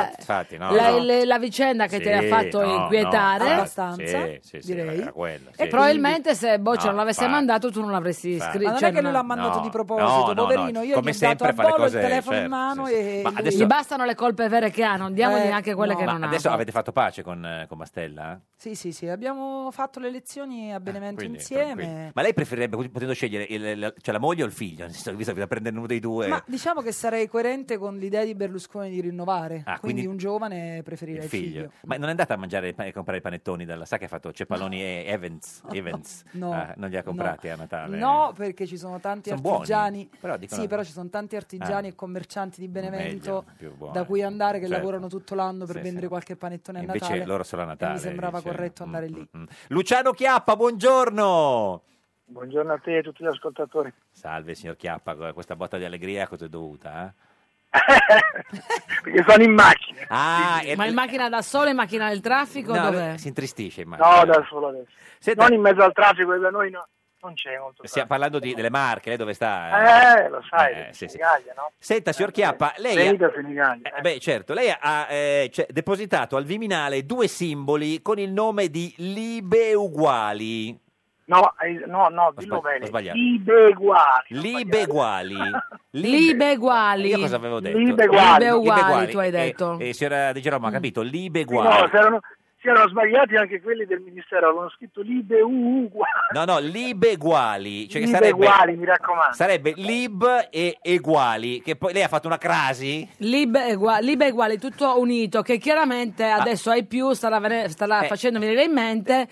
la vicenda che ti ha fatto inquietare. Abbastanza, direi. E probabilmente se Boccia non l'avesse mandato tu non l'avresti scritto. Ma non è che lui l'ha mandato di proposito, poverino. Io gli ho dato a volo il telefono in mano e... Gli bastano le colpe vere che ha, non diamogli neanche quelle che non ha. Adesso avete fatto pace con Mastella? Sì, abbiamo fatto le lezioni a Benevento insieme. Ma lei preferirebbe, potendo scegliere, la moglie o il figlio? Nel senso che visto che da prendere uno dei due... Ma diciamo che sarei coerente con l'idea di Berlusconi di rinnovare, quindi un giovane preferirei il figlio. Ma non è andata a mangiare e comprare i panettoni sa che ha fatto Cepaloni e Evans? No. Non li ha comprati a Natale? No, perché ci sono tanti artigiani. Buoni, però ci sono tanti artigiani e commercianti di Benevento da cui andare che lavorano tutto l'anno per vendere qualche panettone a Natale. Invece loro solo a Natale. Mi sembrava corretto andare lì. Luciano Chiappa, buongiorno. Buongiorno a te e a tutti gli ascoltatori. Salve signor Chiappa, questa botta di allegria a cosa è dovuta? Perché sono in macchina. Ma in macchina da solo, in macchina del traffico? Dov'è? Si intristisce in macchina. No, da solo adesso. Non in mezzo al traffico, da noi non c'è molto. Stiamo parlando delle Marche, lei dove sta? Lo sai, Senigallia, no? Senta, signor Chiappa, lei certo, lei ha depositato al Viminale 2 simboli con il nome di Libe Uguali. No, dillo bene. Libe Uguali. Io cosa avevo detto? Libe Uguali, tu hai detto. Signora Di Girolamo, ha capito? Libe Uguali. No, si erano sbagliati anche quelli del Ministero, avevano scritto Libe Uguali. No, Libe Uguali. Cioè Libe Uguali, mi raccomando. Sarebbe Lib e Eguali, che poi lei ha fatto una crasi? Libe Eguali, tutto unito, che chiaramente adesso ai più starà facendo venire in mente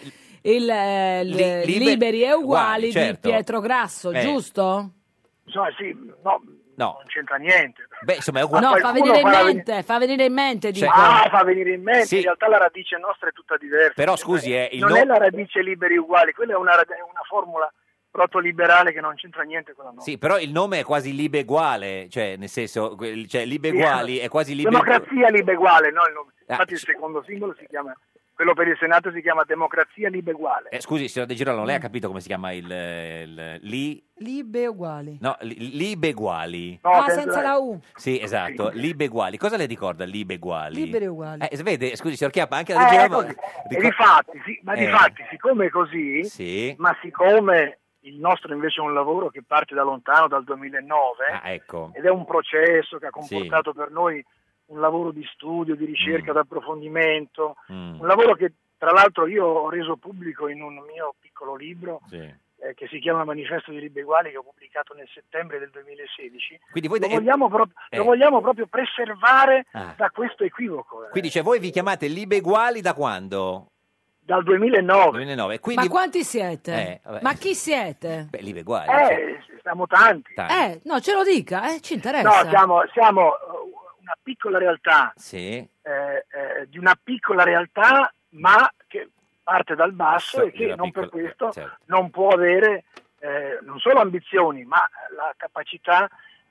liberi e uguali di Pietro Grasso, giusto? Non c'entra niente. Beh, insomma, è uguale. No, fa venire in mente, dico. Fa venire in mente, in realtà la radice nostra è tutta diversa. Però scusi, non è la radice liberi uguali, quella è una formula protoliberale che non c'entra niente con la nostra. Sì, però il nome è quasi libe uguale, cioè nel senso, libe uguali è quasi libe... Democrazia libe uguale, no il nome. Infatti il secondo simbolo si chiama... Quello per il Senato si chiama Democrazia Libe Uguale. Scusi, signor De Girolamo, lei ha capito come si chiama Libe Uguali. No, Libe Uguali. No, senza la U. Sì, esatto, Libe Uguali. Cosa le ricorda Libe Uguali? Liberi Uguali. Vede, scusi, signor Chiappa, anche la De Girolamo... Difatti, siccome è così, ma siccome il nostro invece è un lavoro che parte da lontano, dal 2009, ed è un processo che ha comportato per noi un lavoro di studio, di ricerca, di approfondimento, un lavoro che tra l'altro io ho reso pubblico in un mio piccolo libro che si chiama Manifesto di Libe Uguali, che ho pubblicato nel settembre del 2016. Quindi voi lo vogliamo proprio preservare da questo equivoco. Quindi voi vi chiamate Libe Uguali da quando? Dal 2009. Quindi... Ma quanti siete? Ma chi siete? Beh, Libe Uguali. Siamo tanti. No, ce lo dica, ci interessa. No, siamo una piccola realtà, di una piccola realtà, ma che parte dal basso e che non per questo non può avere non solo ambizioni, ma la capacità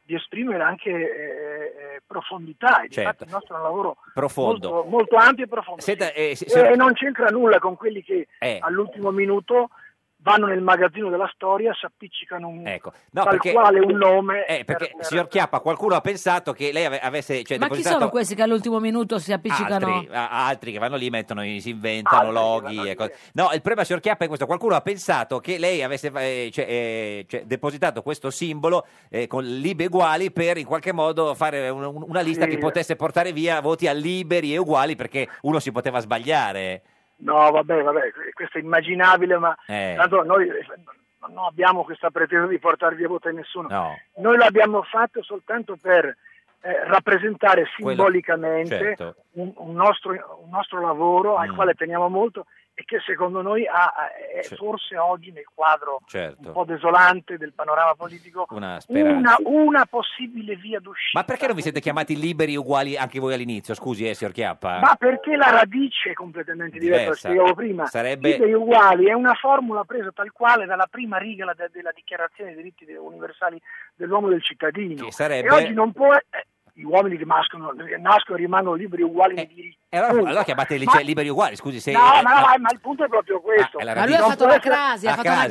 di esprimere anche profondità, e Certo. infatti il nostro è un lavoro Profondo. molto, molto ampio e profondo. Senta, e non c'entra nulla con quelli che all'ultimo minuto vanno nel magazzino della storia, si appiccicano quale un nome. Perché, signor Chiappa, qualcuno ha pensato che lei avesse... Cioè, Ma chi depositato sono questi che all'ultimo minuto si appiccicano? altri che vanno lì, si inventano loghi e cose. No, il problema, signor Chiappa, è questo. Qualcuno ha pensato che lei avesse depositato questo simbolo con liberi e uguali per in qualche modo fare una lista che potesse portare via voti a liberi e uguali, perché uno si poteva sbagliare. No, vabbè, questo è immaginabile, ma tanto noi non abbiamo questa pretesa di portare via voto a nessuno. No. Noi l'abbiamo fatto soltanto per rappresentare simbolicamente certo. un nostro lavoro al quale teniamo molto e che secondo noi è forse oggi nel quadro un po' desolante del panorama politico una possibile via d'uscita. Ma perché non vi siete chiamati liberi e uguali anche voi all'inizio? Scusi, signor Chiappa. Ma perché la radice è completamente diversa, lo spiegavo prima. Sarebbe... Liberi e uguali è una formula presa tal quale dalla prima riga della Dichiarazione dei diritti universali dell'uomo e del cittadino. Che sarebbe... E oggi non può... gli uomini che nascono e rimangono liberi e uguali nei diritti. Allora chiamateli liberi e uguali, scusi. Se, ma il punto è proprio questo. Ma lui ha fatto la crasi,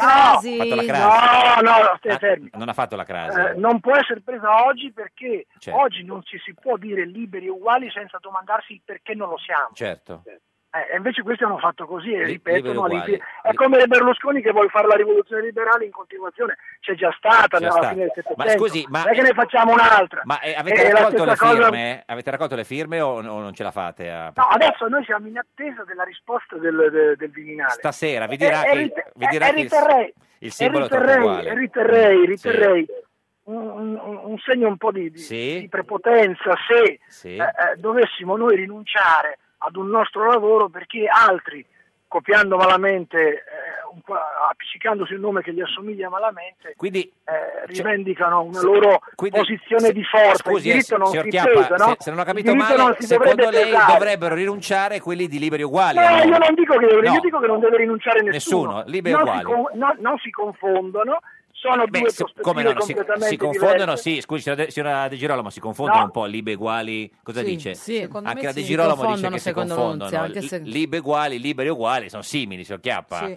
No, stai fermi. Non ha fatto la crasi. Non può essere presa oggi perché oggi non ci si può dire liberi e uguali senza domandarsi perché non lo siamo. Certo. E invece questi hanno fatto così e ripetono è come Berlusconi che vuole fare la rivoluzione liberale in continuazione, c'è già stata nella fine del Settecento. Ma scusi, non è che ne facciamo un'altra. Ma avete raccolto le firme? Avete raccolto le firme o non ce la fate? No, adesso noi siamo in attesa della risposta del Viminale. Stasera vi dirà che il simbolo è troppo uguale. Riterrei un segno un po' di prepotenza se dovessimo noi rinunciare ad un nostro lavoro perché altri, copiando malamente, appiccicandosi un nome che gli assomiglia malamente, quindi rivendicano una loro posizione di forza. Scusi, il diritto non si Chiappa, pesa, no? Se non ho capito male, secondo lei dovrebbero rinunciare quelli di liberi uguali? No, io non dico che io dico che non deve rinunciare nessuno. Liberi uguali. Non si confondono. Sono due prospettive completamente si confondono, diverse. Scusi, signora De Girolamo, si confondono un po' liberi uguali, cosa dice? Anche la De Girolamo dice che si confondono. Liberi uguali, sono simili, signor Chiappa.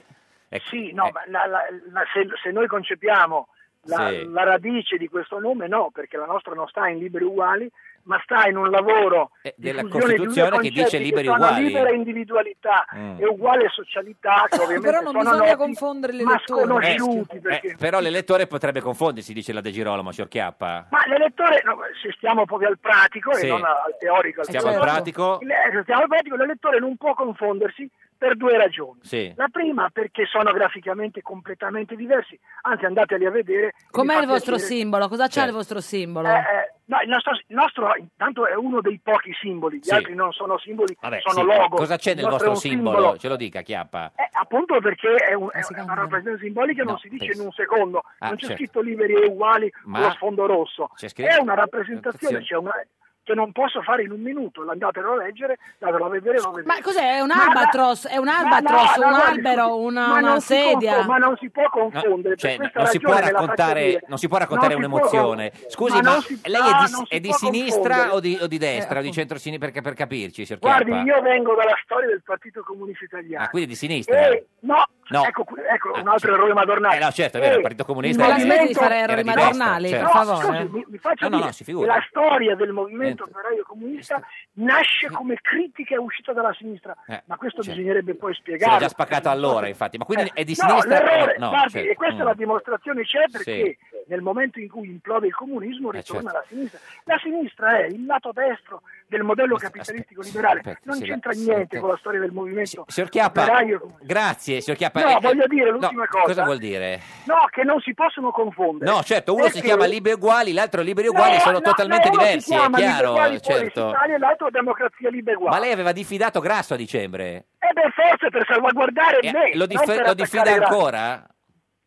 Ma se noi concepiamo la radice di questo nome, no, perché la nostra non sta in liberi uguali, ma sta in un lavoro della Costituzione che dice liberi che uguali. Libera individualità e uguale socialità, che ovviamente però non sono bisogna noti, confondere le ma letture. sconosciuti. Però l'elettore potrebbe confondersi, dice la De Girolamo, signor Chiappa. Ma l'elettore, se stiamo proprio al pratico e non al teorico, stiamo al pratico, l'elettore non può confondersi per due ragioni. La prima perché sono graficamente completamente diversi, anzi andateli a vedere. Com'è il vostro simbolo? Cosa c'ha il vostro simbolo? No, il nostro intanto è uno dei pochi simboli, gli altri non sono simboli, sono logo. Cosa c'è nel vostro simbolo? Ce lo dica, Chiappa. Appunto perché è una rappresentazione simbolica, non si dice in un secondo, non c'è scritto liberi e uguali con lo sfondo rosso, è una rappresentazione, che non posso fare in un minuto, andatelo a leggere, andatelo a vedere. Ma cos'è? È un albatros? È un albatros, un albero, una sedia? Ma non si può confondere. Non si può raccontare un'emozione. Scusi, ma lei è di sinistra o di destra o di centro-sinistra, per capirci, signor Chiappa? Guardi, io vengo dalla storia del Partito Comunista Italiano. Quindi di sinistra? No. Ecco un altro errore madornale. No, certo, è vero, il Partito Comunista. Ma la smetti di fare errori madornali, per favore. Scusi, mi faccio dire, la storia del movimento operaio comunista nasce come critica uscita dalla sinistra, ma questo bisognerebbe poi spiegare. Si è già spaccato allora, infatti, ma quindi è di sinistra? Guardi, e questa la dimostrazione c'è perché nel momento in cui implode il comunismo ritorna la sinistra. La sinistra è il lato destro del modello capitalistico liberale, non c'entra niente con la storia del movimento operaio. Grazie, signor Chiappa. No, voglio dire l'ultima cosa. Cosa vuol dire? No, che non si possono confondere. No, certo, uno si chiama liberi uguali, l'altro liberi uguali, sono totalmente diversi, è chiaro, certo. E l'altro democrazia libera uguale. Ma lei aveva diffidato Grasso a dicembre? Forse per salvaguardare me. Lo diffida ancora?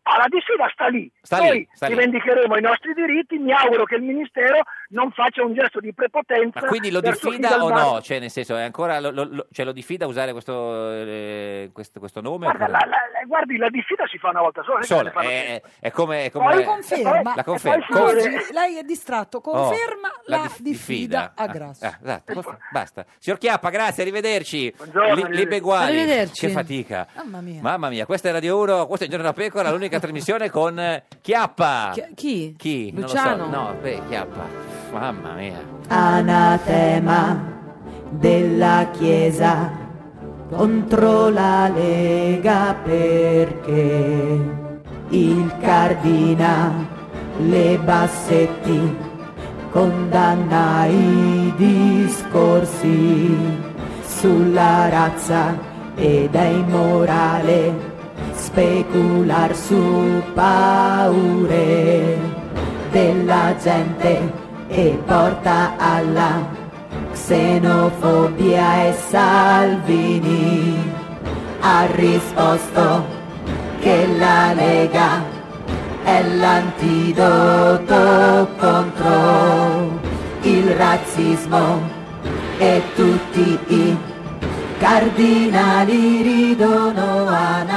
La diffida sta lì. Noi rivendicheremo i nostri diritti, mi auguro che il Ministero non faccia un gesto di prepotenza. Ma quindi lo verso chi diffida dal o bar- no? Cioè, nel senso, è ancora lo diffida usare questo nome? Guarda, guardi, la diffida si fa una volta sola. Solo, è come Poi conferma. la conferma. Oggi lei è distratto, conferma la diffida a Grasso. Esatto, basta. Signor Chiappa, grazie, arrivederci. Buongiorno, Libe Guali. Arrivederci. Che fatica. Mamma mia. Questa è Radio 1, questo è Il Giorno da Pecora, l'unica trasmissione con Chiappa. Chi? Chi? Luciano? Non lo so. No, Chiappa. Mamma mia. Anatema della Chiesa contro la Lega perché il cardinale Bassetti condanna i discorsi sulla razza ed è immorale specular su paure della gente e porta alla xenofobia. E Salvini ha risposto che la Lega è l'antidoto contro il razzismo e tutti i cardinali ridono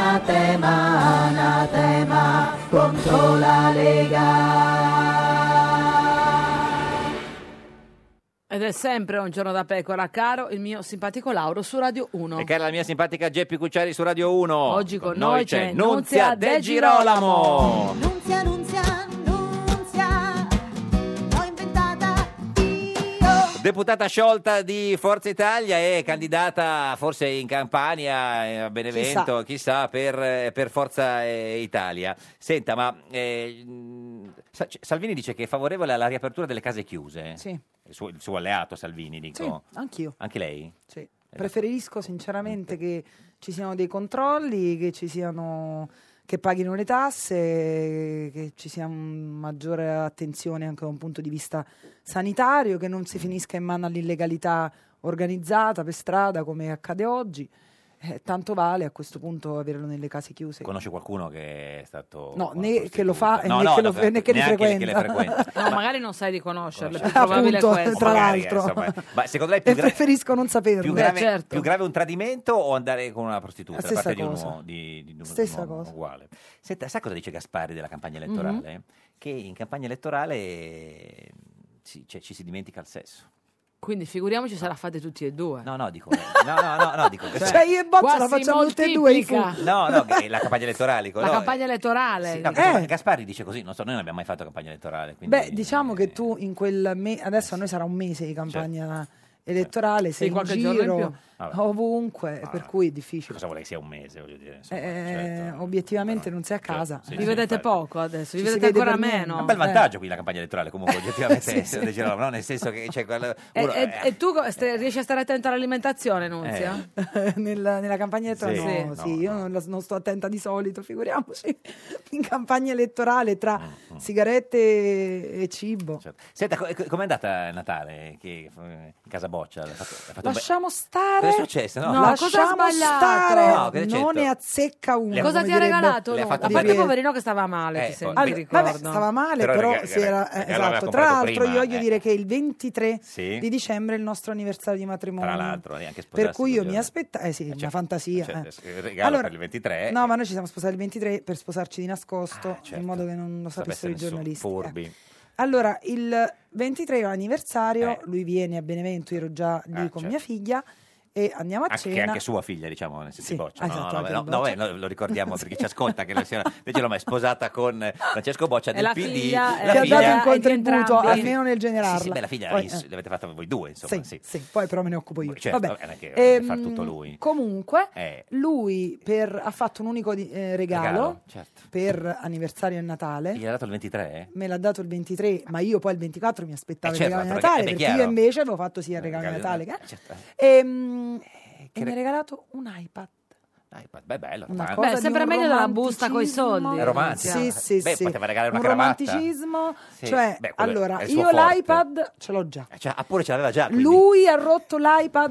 anatema contro la Lega. Ed è sempre Un Giorno da Pecora, caro il mio simpatico Lauro su Radio 1. E cara la mia simpatica Geppi Cucciari su Radio 1. Oggi con noi c'è Nunzia De Girolamo. Nunzia, l'ho inventata io. Deputata sciolta di Forza Italia e candidata forse in Campania, a Benevento, chissà per Forza Italia. Senta, ma Salvini dice che è favorevole alla riapertura delle case chiuse. Sì. Il suo alleato Salvini, dico. Sì, anch'io. Anche lei? Sì. Preferisco sinceramente che ci siano dei controlli, che paghino le tasse, che ci sia maggiore attenzione anche da un punto di vista sanitario, che non si finisca in mano all'illegalità organizzata per strada come accade oggi. Tanto vale a questo punto averlo nelle case chiuse. Conosce qualcuno che è stato... No, né che lo fa No, né no, che no, né che li neanche che le frequenta. No, magari non sai riconoscerle, più probabile Appunto, questo. tra Magari, l'altro. insomma. Ma secondo lei E preferisco non saperlo. più grave, certo. più grave un tradimento o andare con una prostituta La da parte stessa di un cosa. uomo di un Stessa uomo cosa. uguale? Senta, sa cosa dice Gasparri della campagna elettorale? Che in campagna elettorale ci si dimentica il sesso. Quindi figuriamoci se la fate tutti e due. No, dico dico Cioè io e Boccia la facciamo tutte e due. No, che la campagna elettorale. La campagna elettorale. Sì, no, Gasparri dice così, non so, noi non abbiamo mai fatto campagna elettorale. Quindi... Beh, diciamo che tu in quel adesso a noi sarà un mese di campagna elettorale, sei in qualche giorno in giro più. ovunque, per cui è difficile. Cosa vuole che sia un mese, voglio dire. Insomma, Obiettivamente non sei a casa. sì, Vi vedete infatti. poco adesso, vi Ci si vedete vede ancora per meno. Un bel vantaggio qui la campagna elettorale, comunque, oggettivamente, no? Nel senso che c'è E tu riesci a stare attento all'alimentazione, Nunzia? Nella campagna elettorale? Sì. Io non sto attenta di solito, figuriamoci. In campagna elettorale tra sigarette e cibo. Certo. Senta, com'è andata il Natale in casa Boccia? L'ha fatto Lasciamo stare. Cosa è successo? No. cosa ha Lasciamo sbagliato? stare. No, cosa c'è non detto? ne azzecca uno. Cosa come ti ha direbbe- regalato? Le ha No? fatto A parte dire- poverino che stava male, Eh, ti sembra, poi- mi Allora, ricordo. vabbè, stava male, Però però perché si era l'aveva esatto. Tra comprato l'altro, prima, io voglio dire che il 23 Sì. di dicembre è il nostro anniversario di matrimonio. Tra l'altro, neanche per sposarsi cui io quel mi giorno. aspettavo, sì, una fantasia. Il regalo per il 23. No, ma noi ci siamo sposati il 23 per sposarci di nascosto, certo. in modo che non lo sapessero i nessuno. giornalisti. Furbi. Allora, il 23 è l'anniversario, Eh. lui viene a Benevento, io ero già lì con certo. mia figlia e andiamo a Che è cena. anche sua figlia, diciamo, nel senso Sì, di Boccia. esatto, anche il Boccia. Lo ricordiamo perché ci ascolta che la signora De Girolamo è sposata con Francesco Boccia E del la PD. figlia che ha dato un contributo, entrambi. almeno nel generarla. Sì, beh, la figlia Poi, l'avete fatta voi due, insomma. sì, poi però me ne occupo io. Certo, Vabbè. non è che deve far tutto lui. Comunque, Eh. lui ha fatto un unico regalo certo. per anniversario e Natale. Gli ha dato il 23? Me l'ha dato il 23, ma io poi il 24 mi aspettavo il certo, regalo di perché- Natale, beh, perché chiaro. io invece avevo fatto sia il regalo di Natale. certo. E mi ha regalato un iPad. Beh, bello. Una ma- cosa Beh, di sempre un meglio della busta coi romanticismo. soldi. È romantico. Sì, Beh, poteva regalare una un cravatta. romanticismo, Sì. cioè, Quello allora, è il suo io forte. l'iPad ce l'ho già. Pure ce l'aveva già. Quindi. Lui ha rotto l'iPad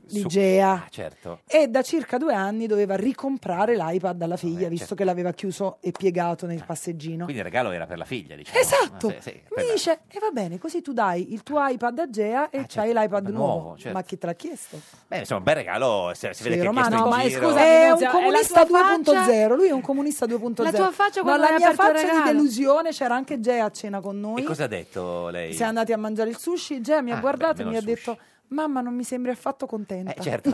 di Gea. Certo. E da circa 2 anni doveva ricomprare l'iPad alla figlia, visto che l'aveva chiuso e piegato nel passeggino. Quindi il regalo era per la figlia, diciamo. Esatto. Sì, Mi dice, e va bene, così tu dai il tuo iPad a Gea e c'hai l'iPad nuovo. certo. Ma chi te l'ha chiesto? Beh, insomma, un bel regalo, si vede che è Romano, chiesto in giro. scusa, è un Nunzia, comunista è la tua 2.0, lui è un comunista 2.0. La tua faccia No, quando la hai mia aperto il faccia di regalo. delusione, c'era anche Gea a cena con noi. E cosa ha detto lei? Siamo andati a mangiare il sushi, Gea mi ha guardato e mi ha detto: mamma, non mi sembri affatto contenta. Certo.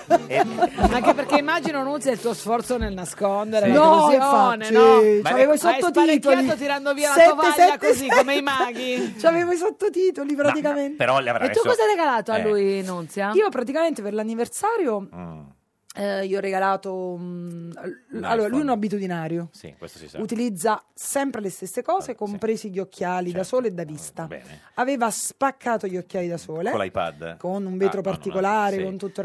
Anche perché immagino, Nunzia, il tuo sforzo nel nascondere Sì. la No, delusione, infatti, no? c'avevo i Hai sottotitoli. sparecchiato tirando via la 7, tovaglia 7, così, 7. come i maghi. C'avevo i sottotitoli praticamente. Però le avrà E tu messo- cosa hai regalato a lui, Nunzia? Io praticamente per l'anniversario gli ho regalato allora, lui è un abitudinario. Sì, questo si sa. Utilizza sempre le stesse cose, compresi gli occhiali da sole e da vista. Bene. Aveva spaccato gli occhiali da sole Con l'iPad? con un vetro particolare, sì. con tutto il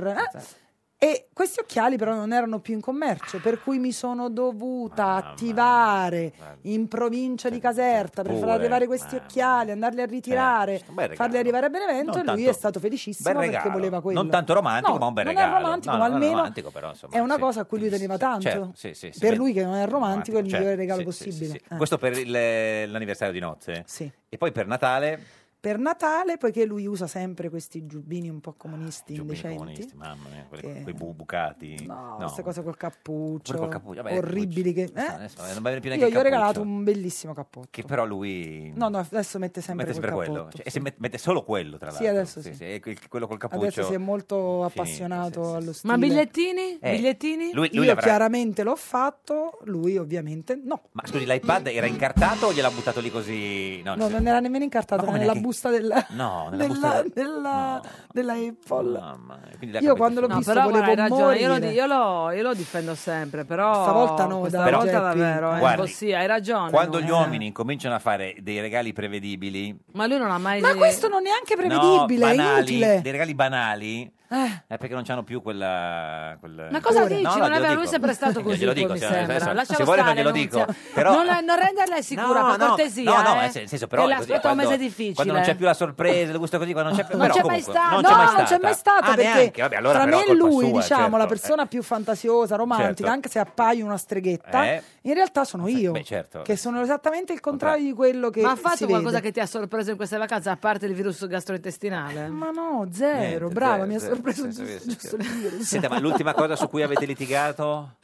e questi occhiali però non erano più in commercio, per cui mi sono dovuta attivare in provincia di Caserta per far Pure, arrivare questi occhiali, andarli a ritirare, un bel regalo. farli arrivare a Benevento, Non e lui tanto- è stato felicissimo bel perché regalo. voleva quello. Non tanto romantico, No, ma un bel non regalo. è romantico, No, ma non è almeno romantico, però, insomma, è una sì. cosa a cui lui teneva tanto. Certo, sì, sì, si per vede. lui che non è romantico è il migliore Certo, regalo sì, possibile. sì, sì. Questo per l'anniversario di nozze? Sì. E poi per Natale? Per Natale, poiché lui usa sempre questi giubbini un po' comunisti, indecenti. Comunisti, mamma mia, Che- quei bucati. No, queste cose col cappuccio, Pure col cappuccio, vabbè, orribili che... Adesso non va bene più neanche Io il gli ho cappuccio. regalato un bellissimo cappotto. Che però lui... No, adesso mette sempre mette quel sempre quello. cappotto. Cioè, e se mette solo quello, tra Sì, l'altro. adesso sì. E quello col cappuccio... Adesso si è molto Finito, appassionato allo stile. Ma bigliettini? Eh, Bigliettini? lui Io l'avrà- chiaramente l'ho fatto, lui ovviamente no. Ma scusi, l'iPad era incartato o gliel'ha buttato lì così? No, No, non era nemmeno incartato, Ma era come nella neanche- busta della, No, nella busta della Apple. quindi l'ha Io capito quando l'ho No, visto però volevo hai ragione, morire. io lo difendo sempre, però Stavolta no, questa dai, volta Geppi. davvero, Guardi, sì, hai ragione. Quando no? gli uomini incominciano a fare dei regali prevedibili... Ma lui non ha mai... Ma questo non è neanche prevedibile, no, è banali, inutile. dei regali banali... perché non c'hanno più quel... Ma cosa Pure. dici? No, non glielo è vero, lui dico. è sempre stato così, Glielo dico, mi se- sembra. adesso- Lascialo se vuole stare, glielo dico. Nunzia. Però... Non renderla sicura, per cortesia. No, eh. nel senso, però... Che così, l'aspetta un quando- mese difficile. Quando non c'è più la sorpresa, le gusto così, quando non c'è più... Non però c'è mai comunque, stato. Non c'è mai non c'è mai stato perché neanche. Vabbè, allora tra però me e colpa lui, sua, diciamo, certo. la persona più fantasiosa, romantica, Certo. anche se appaio una streghetta, in realtà sono io, beh, certo. che sono esattamente il contrario di quello che Ma ha si fatto qualcosa vede. che ti ha sorpreso in queste vacanze, a parte il virus gastrointestinale? Ma no, zero, Niente, brava, zero, mi ha zero, sorpreso sì, sì, giusto il virus. Senta, ma l'ultima cosa su cui avete litigato?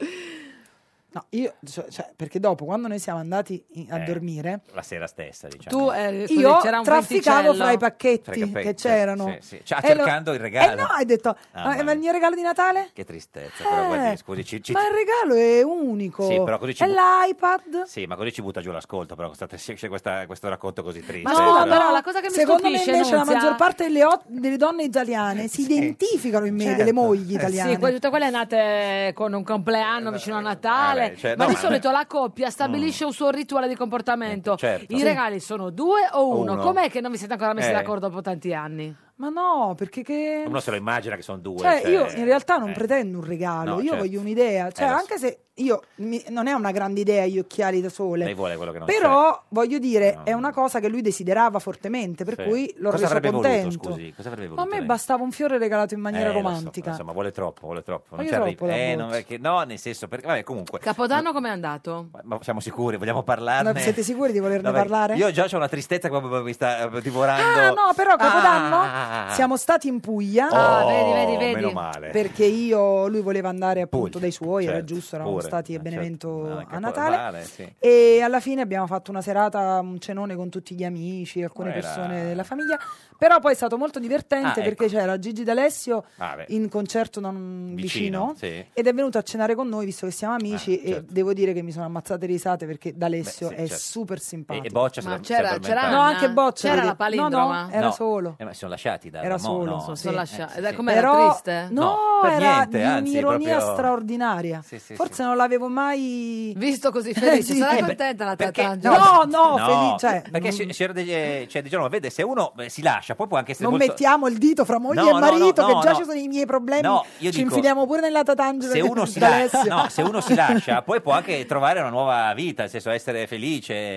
No, io, cioè, perché dopo, quando noi siamo andati a dormire, La sera stessa, diciamo. Tu così, io c'era un trafficavo venticello. fra i pacchetti Fra i capelli, che c'erano. sì, sì. Cioè, E cercando il regalo. no, hai detto, ma il mio regalo di Natale? Che tristezza, però guardi, scusi, Ma il regalo è unico. Sì, però così ci è bu- l'iPad. Sì, ma così ci butta giù l'ascolto, però c'è questo racconto così triste. Ma scusa, però la cosa che mi Secondo me stupisce, invece la Nunzia- maggior parte delle donne italiane si identificano in me, Certo. delle mogli italiane. Sì, tutte quelle nate con un compleanno vicino a Natale, vabbè, cioè, ma no, di ma- solito la coppia stabilisce un suo rituale di comportamento. Certo. I Sì. regali sono 2 o 1? Uno. Com'è che non vi siete ancora messi Eh. d'accordo dopo tanti anni? Ma no, perché che... Uno se lo immagina che sono due. Cioè, io in realtà non pretendo un regalo, No, io certo. voglio un'idea. Cioè, lo so. anche se non è una grande idea gli occhiali da sole. Lei vuole quello che non Però, voglio dire, è una cosa che lui desiderava fortemente, per Sì. cui l'ho Cosa reso avrebbe contento. voluto, scusi? Cosa avrebbe Ma voluto a me lei? bastava un fiore regalato in maniera Lo so, romantica. insomma, vuole troppo. Non Voglio ci arriva. troppo la Non, voce. perché, no, nel senso, perché, vabbè, comunque. Capodanno com'è andato? Ma siamo sicuri? Vogliamo parlarne? Ma siete sicuri di volerne No, perché parlare? Io già ho una tristezza che proprio mi sta divorando. Ah, no, però Capodanno Ah. siamo stati in Puglia. Oh, vedi. Meno male. Perché lui voleva andare appunto dai suoi, era certo, giusto, eravamo pure, stati a Benevento certo. a Natale. Sì. E alla fine abbiamo fatto una serata, un cenone con tutti gli amici, alcune Era- persone della famiglia. Però poi è stato molto divertente Ah, perché c'era Gigi D'Alessio Ah, beh. in concerto vicino sì. ed è venuto a cenare con noi visto che siamo amici e certo. devo dire che mi sono ammazzate risate perché D'Alessio Beh, sì, è certo. super simpatico. E Boccia Ma si è addormentato. No, anche Boccia. C'era vedi. la palindroma? No, era No. solo. Ma si sono lasciati da Era mo, solo. no. Sono lasciati. sì. Com'era Però, triste? No, per era niente, di anzi, un'ironia proprio- straordinaria. Sì, sì, Forse non l'avevo mai visto così felice. Sì. Sarà beh, contenta la perché- Tatangelo? No, felice. perché c'era cioè, diciamo, vede, se uno si lascia, poi può anche essere Non molto... mettiamo il dito fra moglie No, e no, marito, no, che no, già no. ci sono i miei problemi. No, io ci dico- infiliamo pure nella Tatangelo. Se uno, si D'Alessio. se uno si lascia, poi può anche trovare una nuova vita, nel senso essere felice.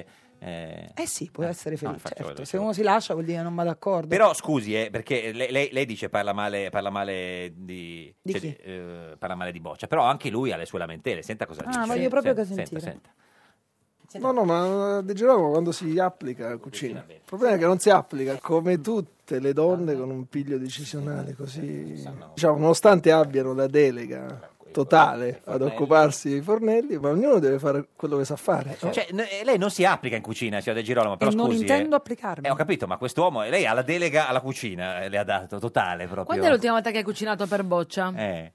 Sì, può essere felice. infatti, certo. volevo- Se uno si lascia vuol dire che non va d'accordo. Però scusi, perché lei dice parla male di Di chi? parla male di Boccia, però anche lui ha le sue lamentele. Senta cosa dice. voglio proprio che Senta, sentire. senta. No, ma De Girolamo quando si applica a cucina. Il problema è che non si applica come tutte le donne con un piglio decisionale così. Diciamo, nonostante abbiano la delega totale ad occuparsi dei fornelli, ma ognuno deve fare quello che sa fare. no? Cioè, lei non si applica in cucina, signor De Girolamo, però E non scusi. intendo applicarmi. Ho capito, ma quest'uomo, lei ha la delega alla cucina, le ha dato totale proprio. Quando è l'ultima volta che hai cucinato per Boccia?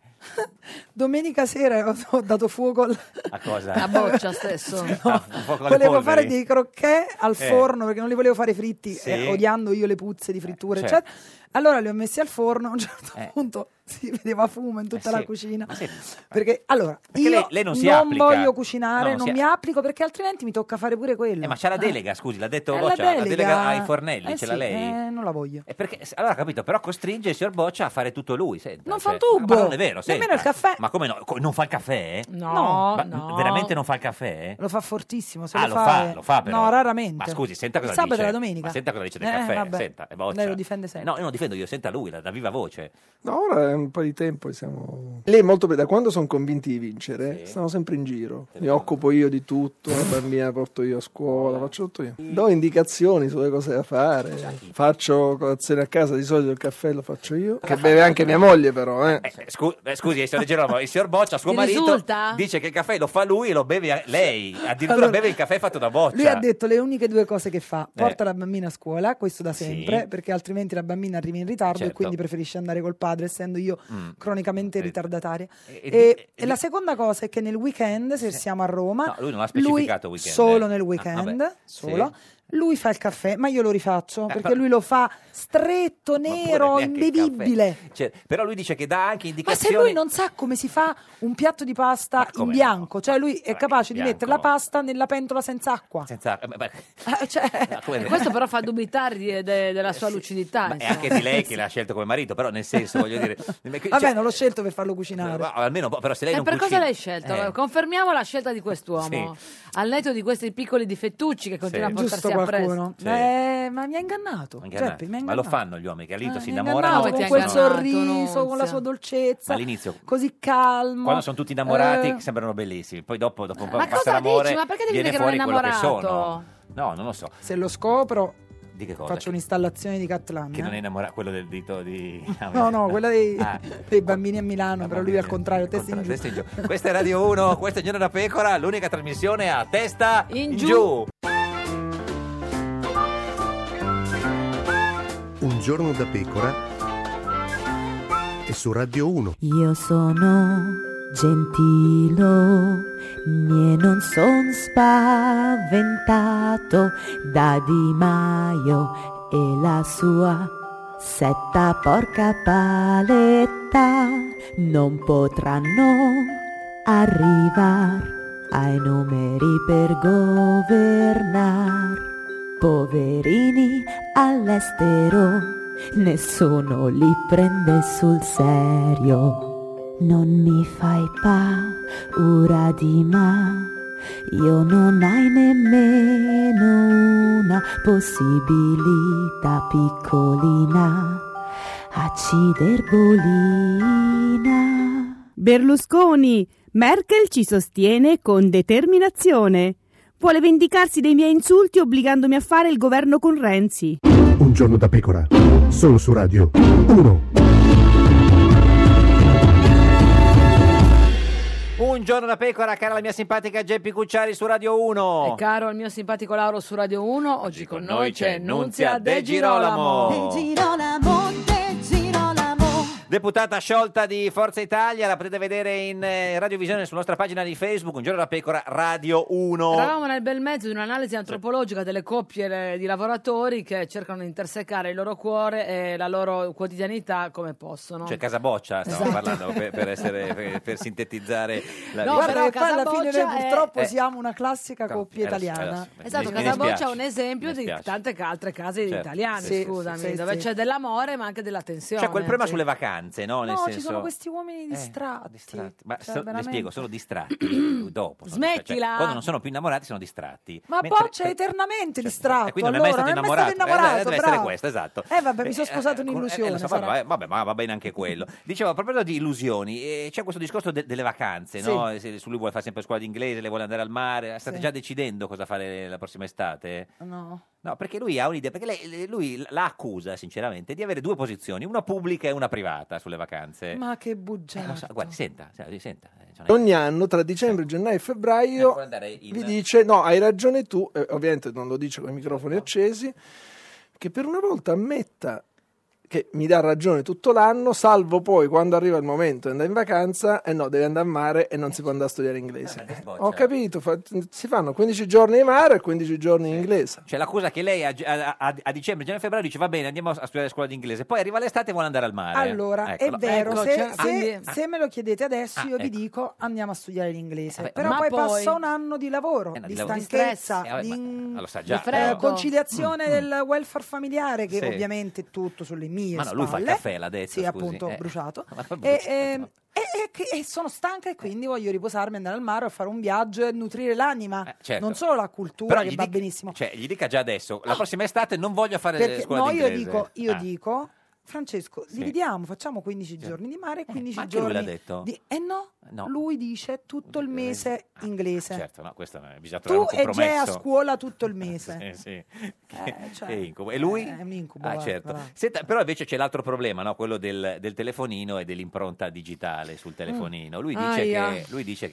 Domenica sera ho dato fuoco A cosa? A Boccia stesso. Un po' con le volevo polveri. fare dei crocchè al Eh. forno perché non li volevo fare fritti, Sì. odiando io le puzze di frittura, certo. eccetera. Allora li ho messi al forno, a un certo punto si vedeva fumo in tutta la cucina. Perché allora Perché io lei non si non applica. voglio cucinare, No, non si- mi applico perché altrimenti mi tocca fare pure quello. Ma c'ha la delega, scusi, l'ha detto La Boccia, la delega ai fornelli, ce l'ha sì, lei? non la voglio. Perché, allora, capito, però costringe il signor Boccia a fare tutto lui. Senta, Non fa un cioè, tubo. Ma non è vero, senta. Nemmeno il caffè. Ma come no? Non fa il caffè? No, Ma no. veramente non fa il caffè? Lo fa fortissimo, se Ah, lo lo fa però. No, raramente. Ma scusi, senta cosa Il sabato dice. e la domenica. Ma senta cosa dice del caffè, vabbè. senta, è Boccia. Lei lo difende sempre. No, io non difendo io, senta lui, da viva voce. No, ora è un po' di tempo e siamo. Lei è molto da quando sono convinti di vincere, stanno sempre in giro. Mi occupo io di tutto, la bambina porto io a scuola, faccio tutto io. Do indicazioni sulle cose da fare. Faccio colazione a casa, di solito il caffè lo faccio io. Che beve anche mia moglie, però, Scusi, signor De Girolamo, il signor Boccia, suo Ti marito, risulta? dice che il caffè lo fa lui e lo beve lei. Addirittura Allora, beve il caffè fatto da Boccia. Lui ha detto le uniche due cose che fa: porta la bambina a scuola, questo da sempre, perché altrimenti la bambina arriva in ritardo Certo. e quindi preferisce andare col padre, essendo io cronicamente ritardataria. e- E la seconda cosa è che nel weekend, se siamo a Roma, No, lui non ha specificato weekend, solo eh. nel Ah, weekend, vabbè, solo. sì. Lui fa il caffè, ma io lo rifaccio perché però- lui lo fa stretto, nero, neanche il imbevibile. Cioè, però lui dice che dà anche Ma se indicazioni. lui non sa come si fa un piatto di pasta in come bianco, cioè lui è capace di bianco? mettere la pasta nella pentola senza acqua. Senza, E questo però fa dubitare della sua lucidità. è anche di lei che l'ha scelto come marito, però nel senso, voglio dire. Vabbè, non l'ho scelto per farlo cucinare. Ma almeno, però se lei E non per cucina. cosa l'hai scelto? Eh. Confermiamo la scelta di quest'uomo. Al netto di questi piccoli difettucci che continuano a Giusto portarsi qualcuno. appresso. Ma mi ha ingannato. Ingannati. Geppi, mi ha Ma lo ingannato. fanno gli uomini che all'inizio si Mi ha innamorano. ingannato con quel sono- sorriso, con la sua dolcezza, Ma all'inizio, così calmo. quando sono tutti innamorati, Eh, sembrano bellissimi. Poi dopo un po' Ma passa cosa l'amore, dici? Ma perché devi viene dire che non è fuori quello che innamorato? sono. No, non lo so. Se lo scopro, Di che cosa? faccio un'installazione di Catlan. Che non è innamorato, quello del dito di. No, quella dei, Ah. dei bambini a Milano, però lui al contrario, testa in giù. Testa in giù. Questa è Radio 1, questo è Giorno da Pecora, l'unica trasmissione a testa in giù. giù. Un giorno da pecora e su Radio 1. Io sono gentilo e non son spaventato da Di Maio e la sua setta porca paletta. Non potranno arrivare ai numeri per governare. Poverini all'estero, nessuno li prende sul serio. Non mi fai paura di io non hai nemmeno una possibilità piccolina, acciderbolina. Berlusconi, Merkel ci sostiene con determinazione. Vuole vendicarsi dei miei insulti obbligandomi a fare il governo con Renzi. Un giorno da pecora, solo su Radio 1. Un giorno da Pecora, cara la mia simpatica Geppi Cucciari su Radio 1. E caro il mio simpatico Lauro su Radio 1, oggi con noi c'è Nunzia Nunzia De De Girolamo. Girolamo. Deputata sciolta di Forza Italia, la potete vedere in radiovisione sulla nostra pagina di Facebook, Un giorno da Pecora Radio 1. Eravamo nel bel mezzo di un'analisi antropologica delle coppie di lavoratori che cercano di intersecare il loro cuore e la loro quotidianità come possono. Cioè Casa Boccia, stiamo Esatto. parlando per sintetizzare la No, vita. Guarda però che poi alla Casa fine Boccia noi è- purtroppo siamo una classica coppia adesso, italiana. Esatto, Mi Casa Boccia dispiace. è un esempio Mi di dispiace. tante altre case Certo. italiane, Sì, scusami, sì, dove sì. c'è dell'amore ma anche della tensione. Cioè quel problema sì. sulle vacanze, vacanze, no? Nel No, senso... ci sono questi uomini distratti. Ma Cioè, le veramente. spiego, sono distratti dopo. Smettila! Quando non sono più innamorati sono distratti. Ma Boccia è eternamente distratto. E quindi non è mai allora, stato non è mai innamorato. stato Deve bravo. essere questo, esatto. Vabbè, mi sono sposato un'illusione. lo so, sarà. vabbè, ma va bene anche quello. Dicevo, a proposito di illusioni, c'è questo discorso delle vacanze, Sì. no? Se lui vuole fare sempre scuola di inglese, le vuole andare al mare. State Sì. già decidendo cosa fare la prossima estate? No. No, perché lui ha un'idea, perché lui la accusa sinceramente di avere due posizioni, una pubblica e una privata sulle vacanze. Ma che bugiardo. Lo so, guardi, senta. Ogni anno tra dicembre, gennaio e febbraio può andare in- vi dice no, hai ragione tu, ovviamente non lo dice con i microfoni accesi, che per una volta ammetta che mi dà ragione tutto l'anno, salvo poi quando arriva il momento di andare in vacanza e no, deve andare a mare e non si può andare a studiare inglese. Ho capito, si fanno 15 giorni in mare e 15 giorni in inglese. Cioè l'accusa che lei a dicembre, gennaio e febbraio dice va bene, andiamo a studiare scuola di inglese, poi arriva l'estate e vuole andare al mare. Allora, Eccolo. è vero, Ecco, se me lo chiedete adesso io vi ecco. dico andiamo a studiare l'inglese, Vabbè, però ma poi poi- passa un anno di lavoro, di di lavoro. Di stanchezza, stress. di Lo sa già. conciliazione del welfare familiare, che Sì. ovviamente è tutto sulle mie Ma no, lui fa il spalle. caffè, l'ha detto, Sì, scusi. appunto, bruciato. Ma poi E sono stanca e quindi voglio riposarmi, andare al mare a fare un viaggio e nutrire l'anima, certo. non solo la cultura Però che gli va dica- benissimo. Cioè, gli dica già adesso, la prossima estate non voglio fare Perché scuola no, di io inglese. dico, Francesco, dividiamo, facciamo 15 giorni di mare e 15 ma anche giorni lui l'ha detto? no, lui dice tutto il mese inglese. Certo, no, questo bisogna trovare Tu un e compromesso. Gea a scuola tutto il mese. Sì. Cioè, Che incubo. E lui? È un incubo. Ah, guarda, certo. guarda. Senta, però invece c'è l'altro problema, no? Quello del telefonino e dell'impronta digitale sul telefonino. Lui dice Aia. che lui dice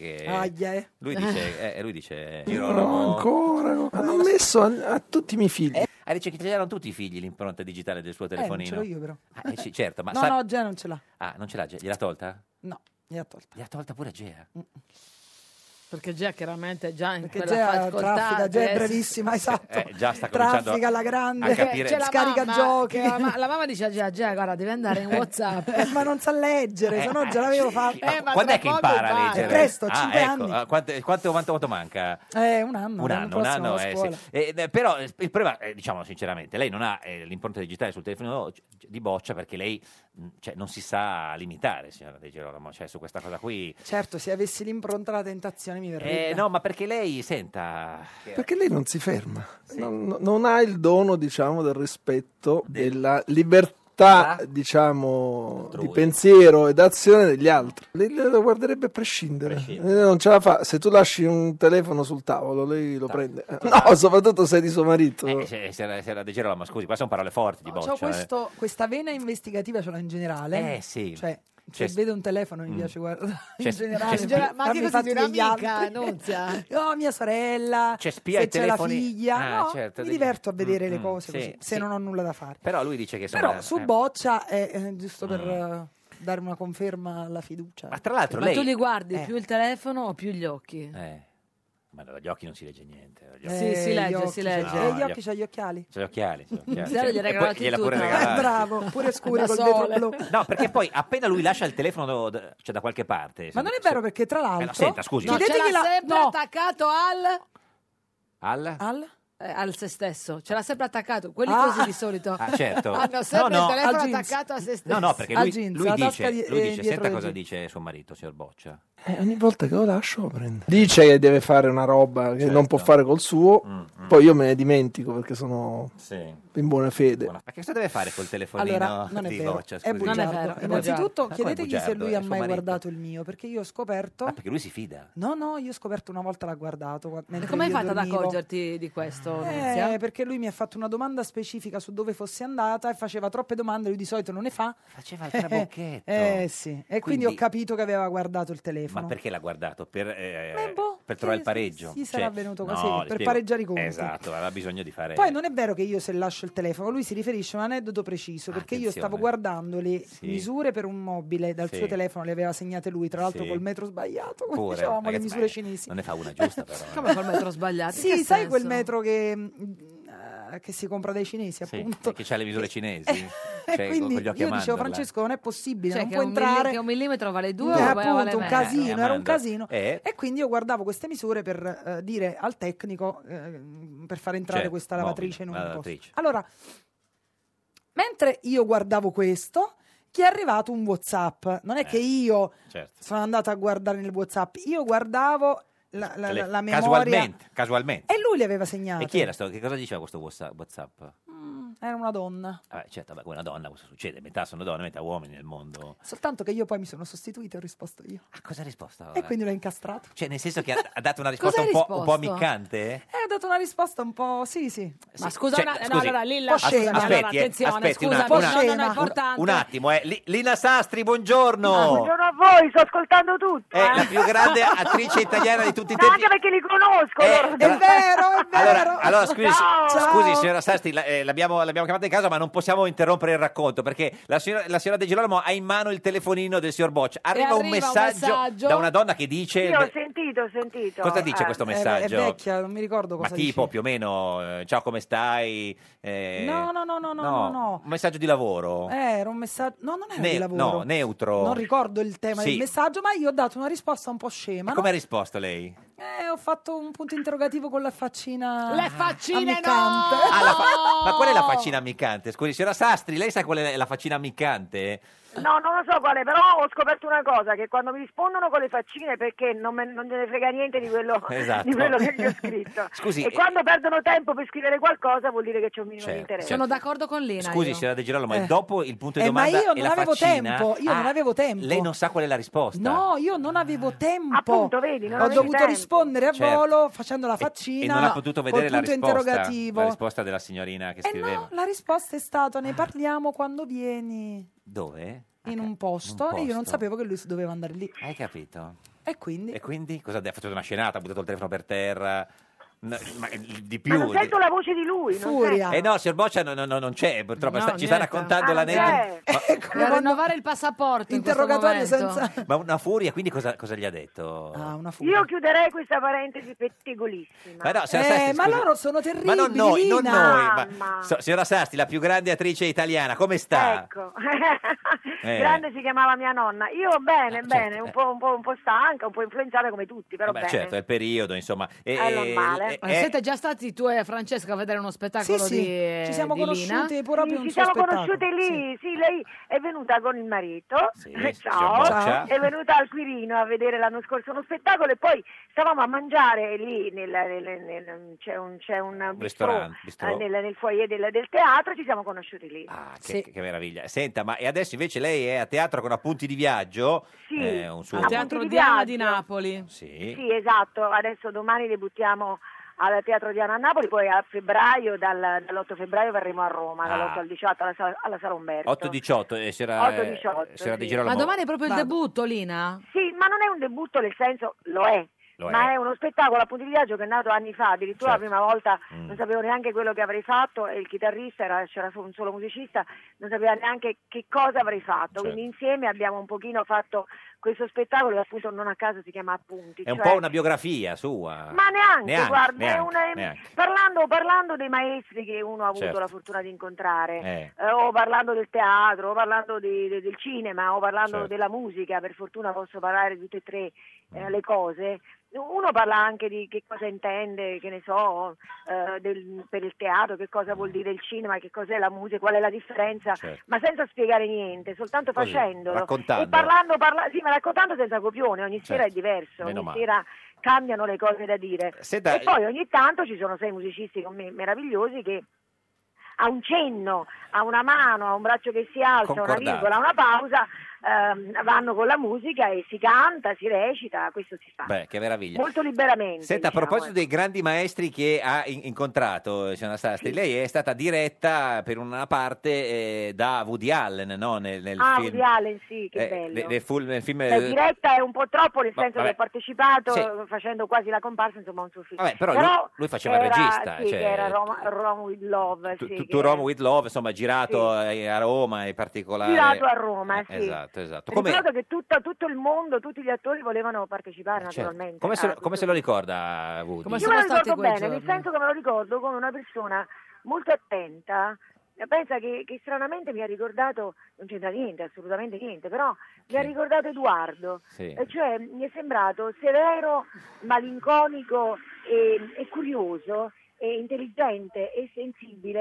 No, Girolamo, ancora. Hanno messo a tutti i miei figli. dice che ce l'hanno tutti i figli l'impronta digitale del suo telefonino. Non ce l'ho io però. Sì, certo, ma No, Gea non ce l'ha. Ah, non ce l'ha, gliel'ha tolta? No, gliel'ha tolta. Gliel'ha tolta pure Gea. Perché già chiaramente già in Perché quella Gea facoltà traffica, Gea è adesso- bravissima, esatto. Già sta cominciando Traffica alla grande, a capire. C'è la scarica mamma giochi. che la mamma dice a Gea, guarda, devi andare in WhatsApp. Ma non sa leggere, se no già l'avevo fatto. ma Quando è tra che poco impara a impara. leggere? È presto, 5 ecco. anni. Quanto manca? Un anno. Un l'anno anno, prossimo a sì. scuola. Però il problema, diciamo sinceramente, lei non ha l'impronta digitale sul telefono di Boccia perché lei non si sa limitare, signora De Girolamo, su questa cosa qui. Certo, se avessi l'impronta la tentazione mi verrebbe. No, ma perché lei, senta... Perché lei non si ferma, non ha il dono, diciamo, del rispetto, della libertà, diciamo, di pensiero e d'azione degli altri. Lei lo guarderebbe a prescindere. Non ce la fa. Se tu lasci un telefono sul tavolo, lei lo prende. No, soprattutto se è di suo marito. Signora De Girolamo, scusi, qua sono parole forti di Boccia. C'ho questa vena investigativa, ce l'ho in generale. Sì. Cioè, se C'è- vedo un telefono mi piace guardare in c'è- generale. c'è- Ma anche farmi i così fatti di degli un'amica, altri. Nunzia. No, mia sorella. C'è spia se ai c'è telefoni. la figlia. Ah, No, certo, mi degli- diverto a vedere le cose sì, così, se sì. non ho nulla da fare. Però lui dice che Però su Boccia è giusto per dare una conferma alla fiducia. Ma tra l'altro Ma lei... tu li guardi più il telefono o più gli occhi? Ma dagli occhi non si legge niente. dagli Sì, occhi. si gli legge, occhi, si legge. E gli No, occhi, c'ha gli occhiali. C'ha gli occhiali. Zero gli E regalati poi gliela pure tutto. regalati. Bravo, pure scuri Da col sole. vetro blu. No, perché poi appena lui lascia il telefono da qualche parte... Ma non è vero, perché tra l'altro senta, scusi. No, ce chiedetegli l'ha la- sempre no. attaccato al se stesso, ce l'ha sempre attaccato, quelli Ah. così di solito certo. hanno sempre No, no. il telefono Al jeans. attaccato a se stesso. No, perché Al lui, jeans, lui la dice, tasca lui dice dietro senta del cosa jeans. dice suo marito, signor Boccia. Ogni volta che lo lascio lo prende. Dice che deve fare una roba che non può fare col suo, poi io me ne dimentico perché sono in buona fede. Ma che cosa deve fare col telefonino Allora, non è di vero, Boccia? è scusi? bugiardo. Non è vero, è Innanzitutto bugiardo. chiedetegli Ma come se lui ha bugiardo? È suo mai marito. guardato il mio, perché io ho scoperto... Perché lui si fida. No, io ho scoperto una volta l'ha guardato. mentre Come hai io fatto ad dormivo. accorgerti di questo, Nunzia? Perché lui mi ha fatto una domanda specifica su dove fosse andata e faceva troppe domande, lui di solito non ne fa. Faceva il trabocchetto. Sì. E quindi ho capito che aveva guardato il telefono. Ma perché l'ha guardato? Per che trovare il pareggio? gli sarà venuto così, no, le per spiego. pareggiare i conti. Esatto, aveva bisogno di fare... Poi non è vero che io se lascio il telefono, lui si riferisce a un aneddoto preciso, perché io Attenzione. stavo guardando le Sì. misure per un mobile dal Sì. suo telefono, le aveva segnate lui, tra l'altro Sì. col metro sbagliato, come Pure, dicevamo le ragazzi, misure ma cinesi. Non ne fa una giusta però. Come col metro sbagliato? Sì, In che sai quel senso? metro che si compra dai cinesi, Sì, appunto. che c'ha le misure cinesi. E Cioè, quindi con gli occhi a io dicevo, mandorla. Francesco, non è possibile, Cioè, non che può un entrare. che un millimetro vale due o appunto, vale un meno? casino, era un Amanda. casino. E quindi io guardavo queste misure per dire al tecnico per far entrare Certo, questa lavatrice in un mobile, posto. lavatrice. Allora, mentre io guardavo questo, che è arrivato un WhatsApp. Non è che io certo. sono andata a guardare nel WhatsApp, io guardavo la memoria. Casualmente. E lui li aveva segnati. E chi era che cosa diceva questo WhatsApp? Era una donna. Certo, vabbè, una donna, cosa succede? Metà sono donne, metà uomini nel mondo. Soltanto che io poi mi sono sostituita e ho risposto io. Cosa ha risposto? E quindi l'ho incastrato. Cioè, nel senso che ha dato una risposta un po' ammiccante? Ha dato una risposta un po'... Sì. Ma scusa, scusi. allora Lilla, attenzione, scusa, non è importante. Un attimo, Lina Sastri, buongiorno. Buongiorno a voi, sto ascoltando tutto. È la più grande attrice italiana di tutti i tempi. Anche perché li conosco. È vero. Allora, scusi, signora Sastri, l'abbiamo chiamata in casa, ma non possiamo interrompere il racconto perché la signora De Girolamo ha in mano il telefonino del signor Boccia. Arriva un messaggio da una donna che dice... Io ho sentito. Cosa dice questo messaggio? È vecchia, non mi ricordo cosa Ma tipo, dice. più o meno, ciao, come stai? No. Un messaggio di lavoro? Era un messaggio... No, non era di lavoro. No, neutro. Non ricordo il tema del messaggio, ma io ho dato una risposta un po' scema. Come ha risposto lei? Ho fatto un punto interrogativo con la faccina. Le faccine ammiccante. Ma qual è la faccina ammiccante? Scusi, signora Sastri, lei sa qual è la faccina ammiccante? No, non lo so quale, però ho scoperto una cosa, che quando mi rispondono con le faccine perché non gliene frega niente di quello, Esatto. di quello che gli ho scritto. Scusi, e quando perdono tempo per scrivere qualcosa vuol dire che c'è un minimo di interesse. Sono d'accordo con Lina. Scusi, signora De Girolamo, ma dopo il punto di domanda ma io e non la avevo faccina... tempo, non avevo tempo. Lei non sa qual è la risposta? No, io non avevo tempo. Appunto, vedi, non ho avevi dovuto tempo. rispondere a Certo. volo facendo la faccina. E non ha potuto vedere col la punto risposta, interrogativo. la risposta della signorina che scriveva. No, la risposta è stata: ne parliamo quando vieni. Dove? In un posto, e io non sapevo che lui doveva andare lì. Hai capito? E quindi? E quindi? Cosa ha fatto? Una scenata? Ha buttato il telefono per terra? No, ma di più. Ma non sento la voce di lui. Furia. No, signor Boccia non c'è, purtroppo. No, ci sta niente. raccontando non l'aneddoto. c'è. Per rinnovare il passaporto in questo Interrogatorio momento. senza... Ma una furia, quindi cosa gli ha detto? una furia. Io chiuderei questa parentesi pettegolissima. Ma no, signora Sasti, ma scusi. loro sono terribili. Ma non noi, non Lina. noi. Ma signora Sasti, la più grande attrice italiana, come sta? Ecco, grande si chiamava mia nonna. Io bene, un po' stanca, un po' influenzata come tutti, però Vabbè, bene. certo, è il periodo, insomma. È normale. Ma siete già stati tu e Francesca a vedere uno spettacolo Sì, di ci siamo di Lina? conosciuti proprio in un Ci suo siamo spettacolo. conosciute lì, sì, lei è venuta con il marito, signor ciao, Boccia. è venuta al Quirino a vedere l'anno scorso uno spettacolo e poi stavamo a mangiare lì, c'è un Ristorante, nel foyer del teatro, ci siamo conosciuti lì. Che meraviglia. Senta, ma e adesso invece lei è a teatro con Appunti di Viaggio? Sì, un suo... Al Teatro di Diana Viaggio. di Napoli. Sì. Sì, esatto, adesso domani debuttiamo al Teatro Diana a Napoli, poi a febbraio, dall'8 febbraio verremo a Roma, dall'8 al 18 alla Sala Umberto. 8-18, c'era 8-18, c'era Di sì. Girolamo. Ma domani è proprio il debutto, Lina? Sì, ma non è un debutto nel senso, lo è. Ma è uno spettacolo appunto di viaggio che è nato anni fa, addirittura la prima volta non sapevo neanche quello che avrei fatto e il chitarrista c'era un solo musicista, non sapeva neanche che cosa avrei fatto, quindi insieme abbiamo un pochino fatto questo spettacolo che appunto non a caso si chiama Appunti. È un po' una biografia sua. Ma neanche, guarda, neanche. Parlando dei maestri che uno ha avuto la fortuna di incontrare, o parlando del teatro, o parlando del cinema, o parlando della musica, per fortuna posso parlare di tutte e tre le cose. Uno parla anche di che cosa intende, che ne so, per il teatro, che cosa vuol dire il cinema, che cos'è la musica, qual è la differenza, ma senza spiegare niente, soltanto Così, facendolo. raccontando. E sì, ma raccontando senza copione, ogni sera è diverso, Meno ogni male. sera cambiano le cose da dire. Senta, E poi ogni tanto ci sono 6 musicisti con me meravigliosi che a un cenno, a una mano, a un braccio che si alza, una Concordato. virgola, a una pausa, vanno con la musica e si canta, si recita, questo si fa. Beh, che meraviglia. Molto liberamente. Senta, a diciamo, proposito dei grandi maestri che ha incontrato, signora Sastri, lei è stata diretta per una parte da Woody Allen, no? Nel film. Woody Allen, sì, che bello. Nel film... La diretta è un po' troppo, nel senso vabbè. che ho partecipato Sì. facendo quasi la comparsa, insomma, un suo film. Vabbè, però lui faceva il regista. Sì, cioè, che era Rome with Love. sì, tu Rome with Love, insomma, girato a Roma in particolare. Girato a Roma, sì. Esatto. Ricordo che tutto il mondo, tutti gli attori volevano partecipare, Certo. naturalmente. Come se lo ricorda Woody? Io me lo ricordo bene, nel senso che me lo ricordo come una persona molto attenta. Pensa che stranamente mi ha ricordato, non c'entra niente, assolutamente niente, però mi ha ricordato Edoardo, cioè mi è sembrato severo, malinconico e curioso e intelligente e sensibile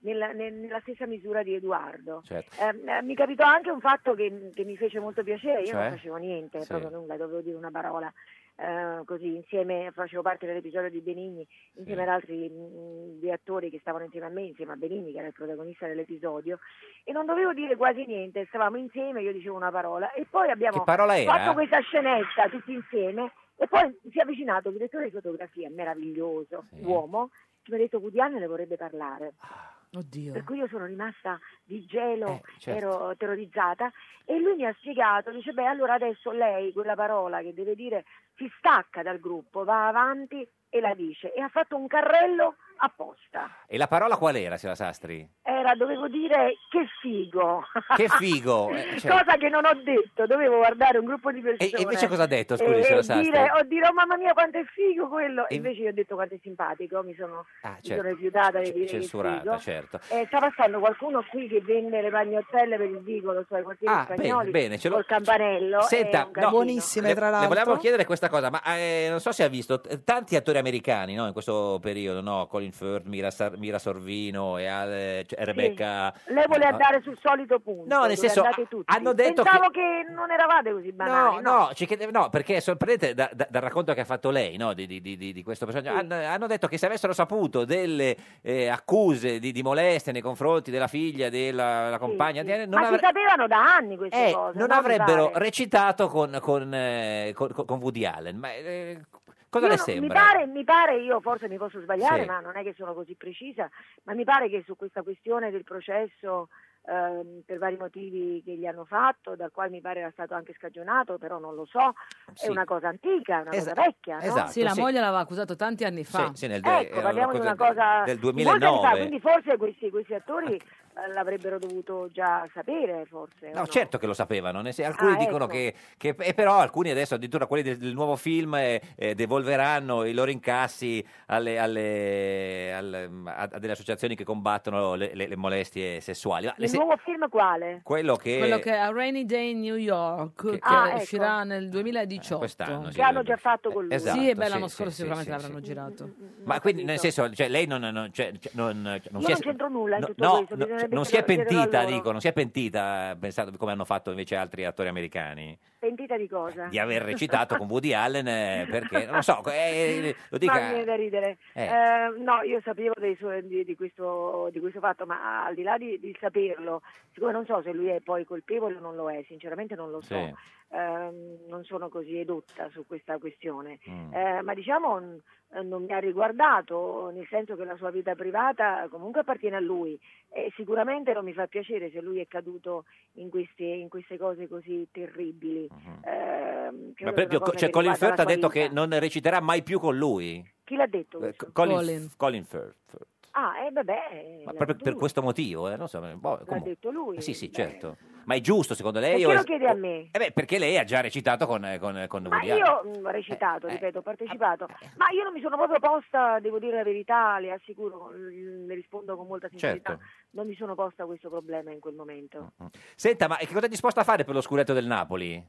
nella stessa misura di Edoardo. Certo. Mi capitò anche un fatto che mi fece molto piacere, io Cioè? non facevo niente, Sì. proprio nulla, dovevo dire una parola. Così insieme, facevo parte dell'episodio di Benigni insieme ad altri due attori che stavano insieme a me, insieme a Benigni che era il protagonista dell'episodio, e non dovevo dire quasi niente, stavamo insieme, io dicevo una parola e poi abbiamo Che parola era? fatto questa scenetta tutti insieme e poi si è avvicinato il direttore di fotografia, meraviglioso uomo, che mi ha detto Woody Allen le vorrebbe parlare. Oddio. Per cui io sono rimasta di gelo, certo. ero terrorizzata e lui mi ha spiegato, dice beh allora adesso lei quella parola che deve dire si stacca dal gruppo, va avanti e la dice, e ha fatto un carrello apposta. E la parola qual era, signora Sastri? Dovevo dire che figo. Che figo. Cosa che non ho detto, dovevo guardare un gruppo di persone. E invece cosa ha detto, scusi, signora Sastri? Dire, oh mamma mia quanto è figo quello. E invece io ho detto quanto è simpatico, mi sono rifiutata di dire Censurata, che è figo. certo. Sta passando qualcuno qui che vende le pagnottelle per il vicolo, cioè quartieri spagnoli, bene, ce l'ho. col campanello. Senta, è un casino. buonissime tra Le l'altro. volevamo chiedere questa cosa, ma non so se ha visto tanti attori americani, no, in questo periodo, no? Colin Firth, Mira Sorvino e Rebecca. Lei vuole andare sul solito punto. No, nel dove senso, andate tutti. hanno detto Pensavo che non eravate così banali. No, perché è sorprendente dal racconto che ha fatto lei, no, di questo personaggio. Hanno detto che se avessero saputo delle accuse di molestie nei confronti della figlia, della compagna, Ma si sapevano da anni queste cose. non no, avrebbero mi pare. recitato con Woody Allen. Ma cosa le sembra? Mi pare, io forse mi posso sbagliare, Sì. ma non è che sono così precisa, ma mi pare che su questa questione del processo per vari motivi che gli hanno fatto, dal quale mi pare era stato anche scagionato, però non lo so, Sì. è una cosa antica, è una cosa vecchia, no? Esatto, Sì, la moglie l'aveva accusato tanti anni fa. Sì, nel Ecco, parliamo di una cosa del di molti anni 2009. fa, quindi forse questi attori l'avrebbero dovuto già sapere, forse. o No, no? certo che lo sapevano, alcuni dicono ecco. che però alcuni adesso, addirittura quelli del nuovo film, devolveranno i loro incassi a delle associazioni che combattono le molestie sessuali. Ma Il nuovo film quale? quello che è A Rainy Day in New York, che ecco. uscirà nel 2018. quest'anno, Che hanno già fatto con lui. Esatto, sì, e beh, l'anno sì, scorso sì, sicuramente sì, l'avranno girato. Ma quindi nel senso, cioè, lei non Io si non è c'entro nulla in tutto no, questo, bisognerebbe non si è chiederlo a pentita, loro. dico, non si è pentita pensando come hanno fatto invece altri attori americani Pentita di cosa? di aver recitato con Woody Allen perché non lo so, lo dica. Ma mi viene da ridere. No, io sapevo di questo fatto, ma al di là di saperlo, siccome non so se lui è poi colpevole o non lo è, sinceramente non lo so. Sì. Non sono così edotta su questa questione, ma diciamo non mi ha riguardato, nel senso che la sua vita privata comunque appartiene a lui e sicuramente non mi fa piacere se lui è caduto in queste cose così terribili. Ma per esempio, Colin Firth ha detto che non reciterà mai più con lui. Chi l'ha detto questo? Colin Firth. Vabbè. Ma proprio per questo motivo, non so. L'ha detto lui. Sì, certo. Ma è giusto secondo lei? Perché lo chiede a me? Perché lei ha già recitato con Ma Woody Allen. io ho recitato, ripeto, ho partecipato, ma io non mi sono proprio posta, devo dire la verità, le assicuro, le rispondo con molta sincerità, Certo. non mi sono posta questo problema in quel momento. Senta, ma che cosa è disposta a fare per lo scudetto del Napoli?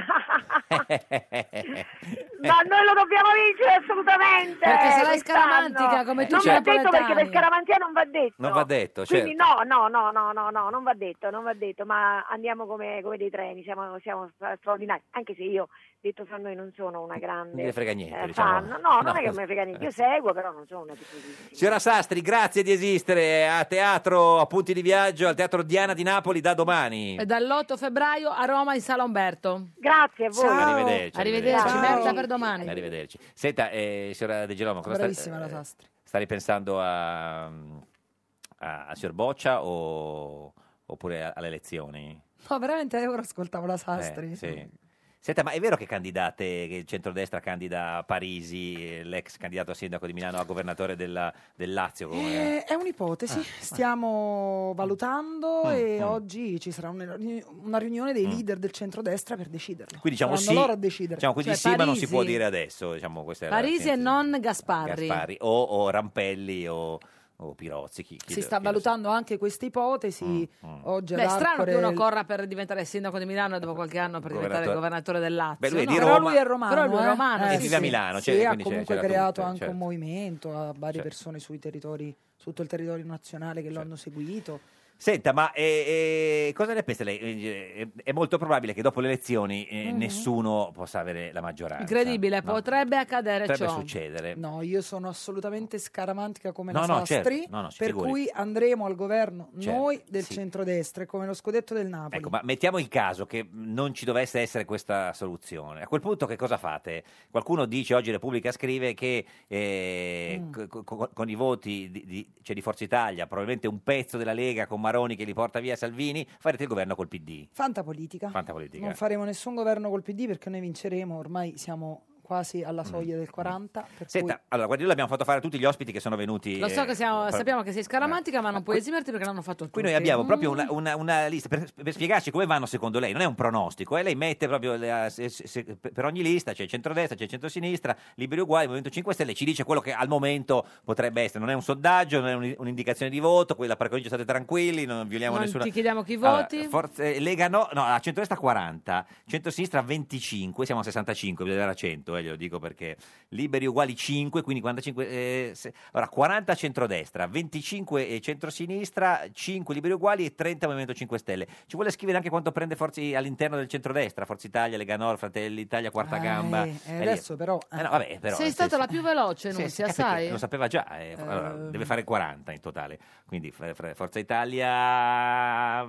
Ma noi lo dobbiamo vincere assolutamente. Perché sarai quest'anno. scaramantica come non tutti i va detto perché napoletani. per scaramanzia non va detto. Non va detto, certo. Quindi no, non va detto, ma andiamo come dei treni, siamo straordinari, anche se io, detto fra noi, non sono una grande Non gliene frega niente, fan. diciamo. No, non è che me ne frega niente, io seguo, però non sono una tifosissima. Signora Sastri, grazie di esistere a Teatro Appunti di Viaggio, al Teatro Diana di Napoli da domani. E dall'8 febbraio a Roma in Sala Umberto. Grazie a voi. Arrivederci. Arrivederci, arrivederci. merda per domani. Arrivederci. Senta, signora De Girolamo, cosa Bravissima la Sastri. sta ripensando a signor Boccia oppure alle elezioni? No, veramente ora ascoltavo la Sastri. Sì. Senta, ma è vero che che il centrodestra candida Parisi, l'ex candidato a sindaco di Milano, a governatore del Lazio? È un'ipotesi, stiamo valutando e oggi ci sarà una riunione dei leader del centrodestra per deciderlo. Quindi diciamo Saranno sì, loro a decidere. diciamo quindi Cioè, sì, ma non si Parisi. può dire adesso. Diciamo, questa è la Parisi e non Gasparri. Gaspari o Rampelli o o Pirozzi. Chi Si sta valutando anche questa ipotesi. Oggi Beh, è strano all'Arcore- che uno corra per diventare sindaco di Milano e dopo qualche anno per diventare governatore del Lazio. Beh, lui è no? di Però Roma. lui è romano, Però lui è romano, E sì, vive a sì. Milano, Sì, cioè, ha quindi comunque c'era creato tutto, anche certo. un movimento, ha varie Certo. persone sui territori, su tutto il territorio nazionale che lo hanno seguito. Senta, ma cosa ne pensa lei? È molto probabile che dopo le elezioni nessuno possa avere la maggioranza. Incredibile, no? potrebbe accadere Potrebbe ciò. succedere. No, io sono assolutamente scaramantica come No, la no, Sastri, certo. No, si per figuri. cui andremo al governo Certo, noi del sì. centrodestra, è come lo scudetto del Napoli. Ecco, ma mettiamo il caso che non ci dovesse essere questa soluzione. A quel punto che cosa fate? Qualcuno dice, oggi Repubblica scrive che con i voti di Forza Italia, probabilmente un pezzo della Lega con Maroni che li porta via Salvini, farete il governo col PD. Fantapolitica. Fantapolitica. Non faremo nessun governo col PD perché noi vinceremo, ormai siamo quasi alla soglia del 40. Per Senta, allora, guardi, noi l'abbiamo fatto fare a tutti gli ospiti che sono venuti. Lo so che sappiamo che sei scaramantica, ma non puoi esimerti perché l'hanno fatto tutti. Qui noi abbiamo proprio una lista per spiegarci come vanno secondo lei, non è un pronostico, lei mette proprio per ogni lista c'è centrodestra, c'è centrosinistra, Liberi Uguali, Movimento 5 Stelle, ci dice quello che al momento potrebbe essere, non è un sondaggio, non è un'indicazione di voto, quella per cui state tranquilli, non violiamo Non nessuna. ti chiediamo chi Allora, voti. Lega no, a centrodestra 40, centrosinistra 25, siamo a 65, bisogna dare a 100, glielo dico perché Liberi Uguali 5, quindi 45, allora 40 centrodestra, 25 centrosinistra, 5 Liberi Uguali e 30 Movimento 5 Stelle. Ci vuole scrivere anche quanto prende all'interno del centrodestra, Forza Italia, Lega Nord, Fratelli d'Italia, Quarta Gamba. Adesso però... No, vabbè, però Sei stata la più veloce, Nunzia, sai? lo sapeva già, allora, deve fare 40 in totale, quindi Forza Italia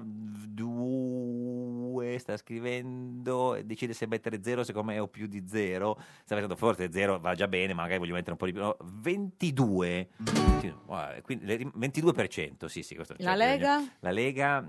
2 sta scrivendo, decide se mettere 0 secondo me o più di 0, sta mettendo forse 0 va già bene, ma magari voglio mettere un po' di più, no, 22, sì, quindi 22%, sì, questo La Lega? La Lega...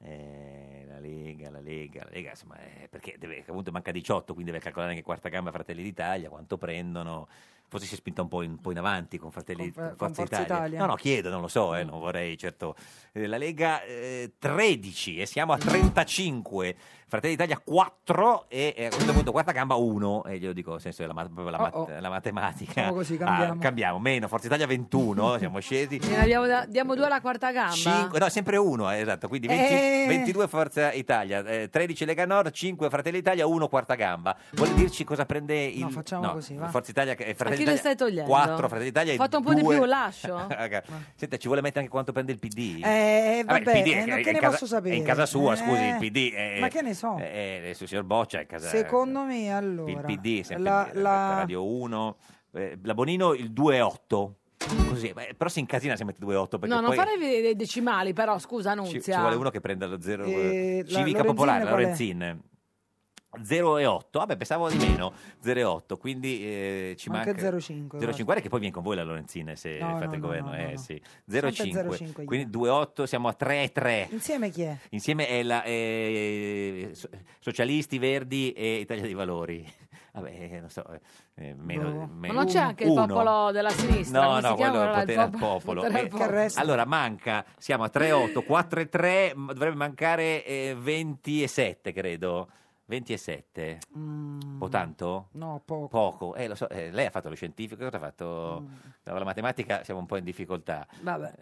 La Lega, insomma, perché appunto manca 18, quindi deve calcolare anche Quarta Gamba, Fratelli d'Italia, quanto prendono. Forse si è spinta un po' in avanti con Fratelli Con Forza Forza Italia. No, chiedo, non lo so, non vorrei certo. La Lega 13 e siamo a 35. Fratelli d'Italia 4 e a questo punto Quarta Gamba 1, e glielo dico nel senso della la matematica. Facciamo così, cambiamo. Cambiamo, meno, Forza Italia 21, siamo scesi. Diamo 2 alla Quarta Gamba. No, sempre 1, esatto, quindi 22 Forza Italia, 13 Lega Nord, 5 Fratelli d'Italia, 1 Quarta Gamba. Vuole dirci cosa prende il... No, facciamo così, va. Forza Italia e A Fratelli chi le d'Italia stai togliendo? 4, Fratelli d'Italia e Fatto un po' di 2. più, lascio? Ok. Senta, ci vuole mettere anche quanto prende il PD? Vabbè, il PD non è che in ne casa, posso sapere. è in casa sua, scusi, il PD. Ma che ne so? Il signor Boccia è in casa. Secondo me, allora... Il PD, sempre la- Radio 1. La Bonino il 2,8. Così, però si incasina se mette 2,8 perché No, non poi fare dei decimali, però, scusa, ci Nunzia. vuole uno che prenda lo 0. La Civica Lorenzin Popolare, qual è? Lorenzin. 0,8, vabbè, pensavo di meno, 0,8, quindi ci Anche manca 0,5, 0,5, guarda che poi viene con voi la Lorenzin se No, fate no, il no, governo, no, no. sì, Sempre 0,5, 0,5 quindi 2,8, siamo a 3,3. Insieme chi è? Insieme è la Socialisti, Verdi e Italia dei Valori. Vabbè, non so, meno, Ma non c'è anche il uno. popolo della sinistra? No, come si no, chiama? quello è Allora, il potere al popolo. potere al popolo. Allora manca, siamo a 3,8, 4,3, dovrebbe mancare 27, credo. 27? Un po' tanto? No, poco. Poco, lo so, lei ha fatto lo scientifico, cosa ha fatto? La matematica siamo un po' in difficoltà. Vabbè.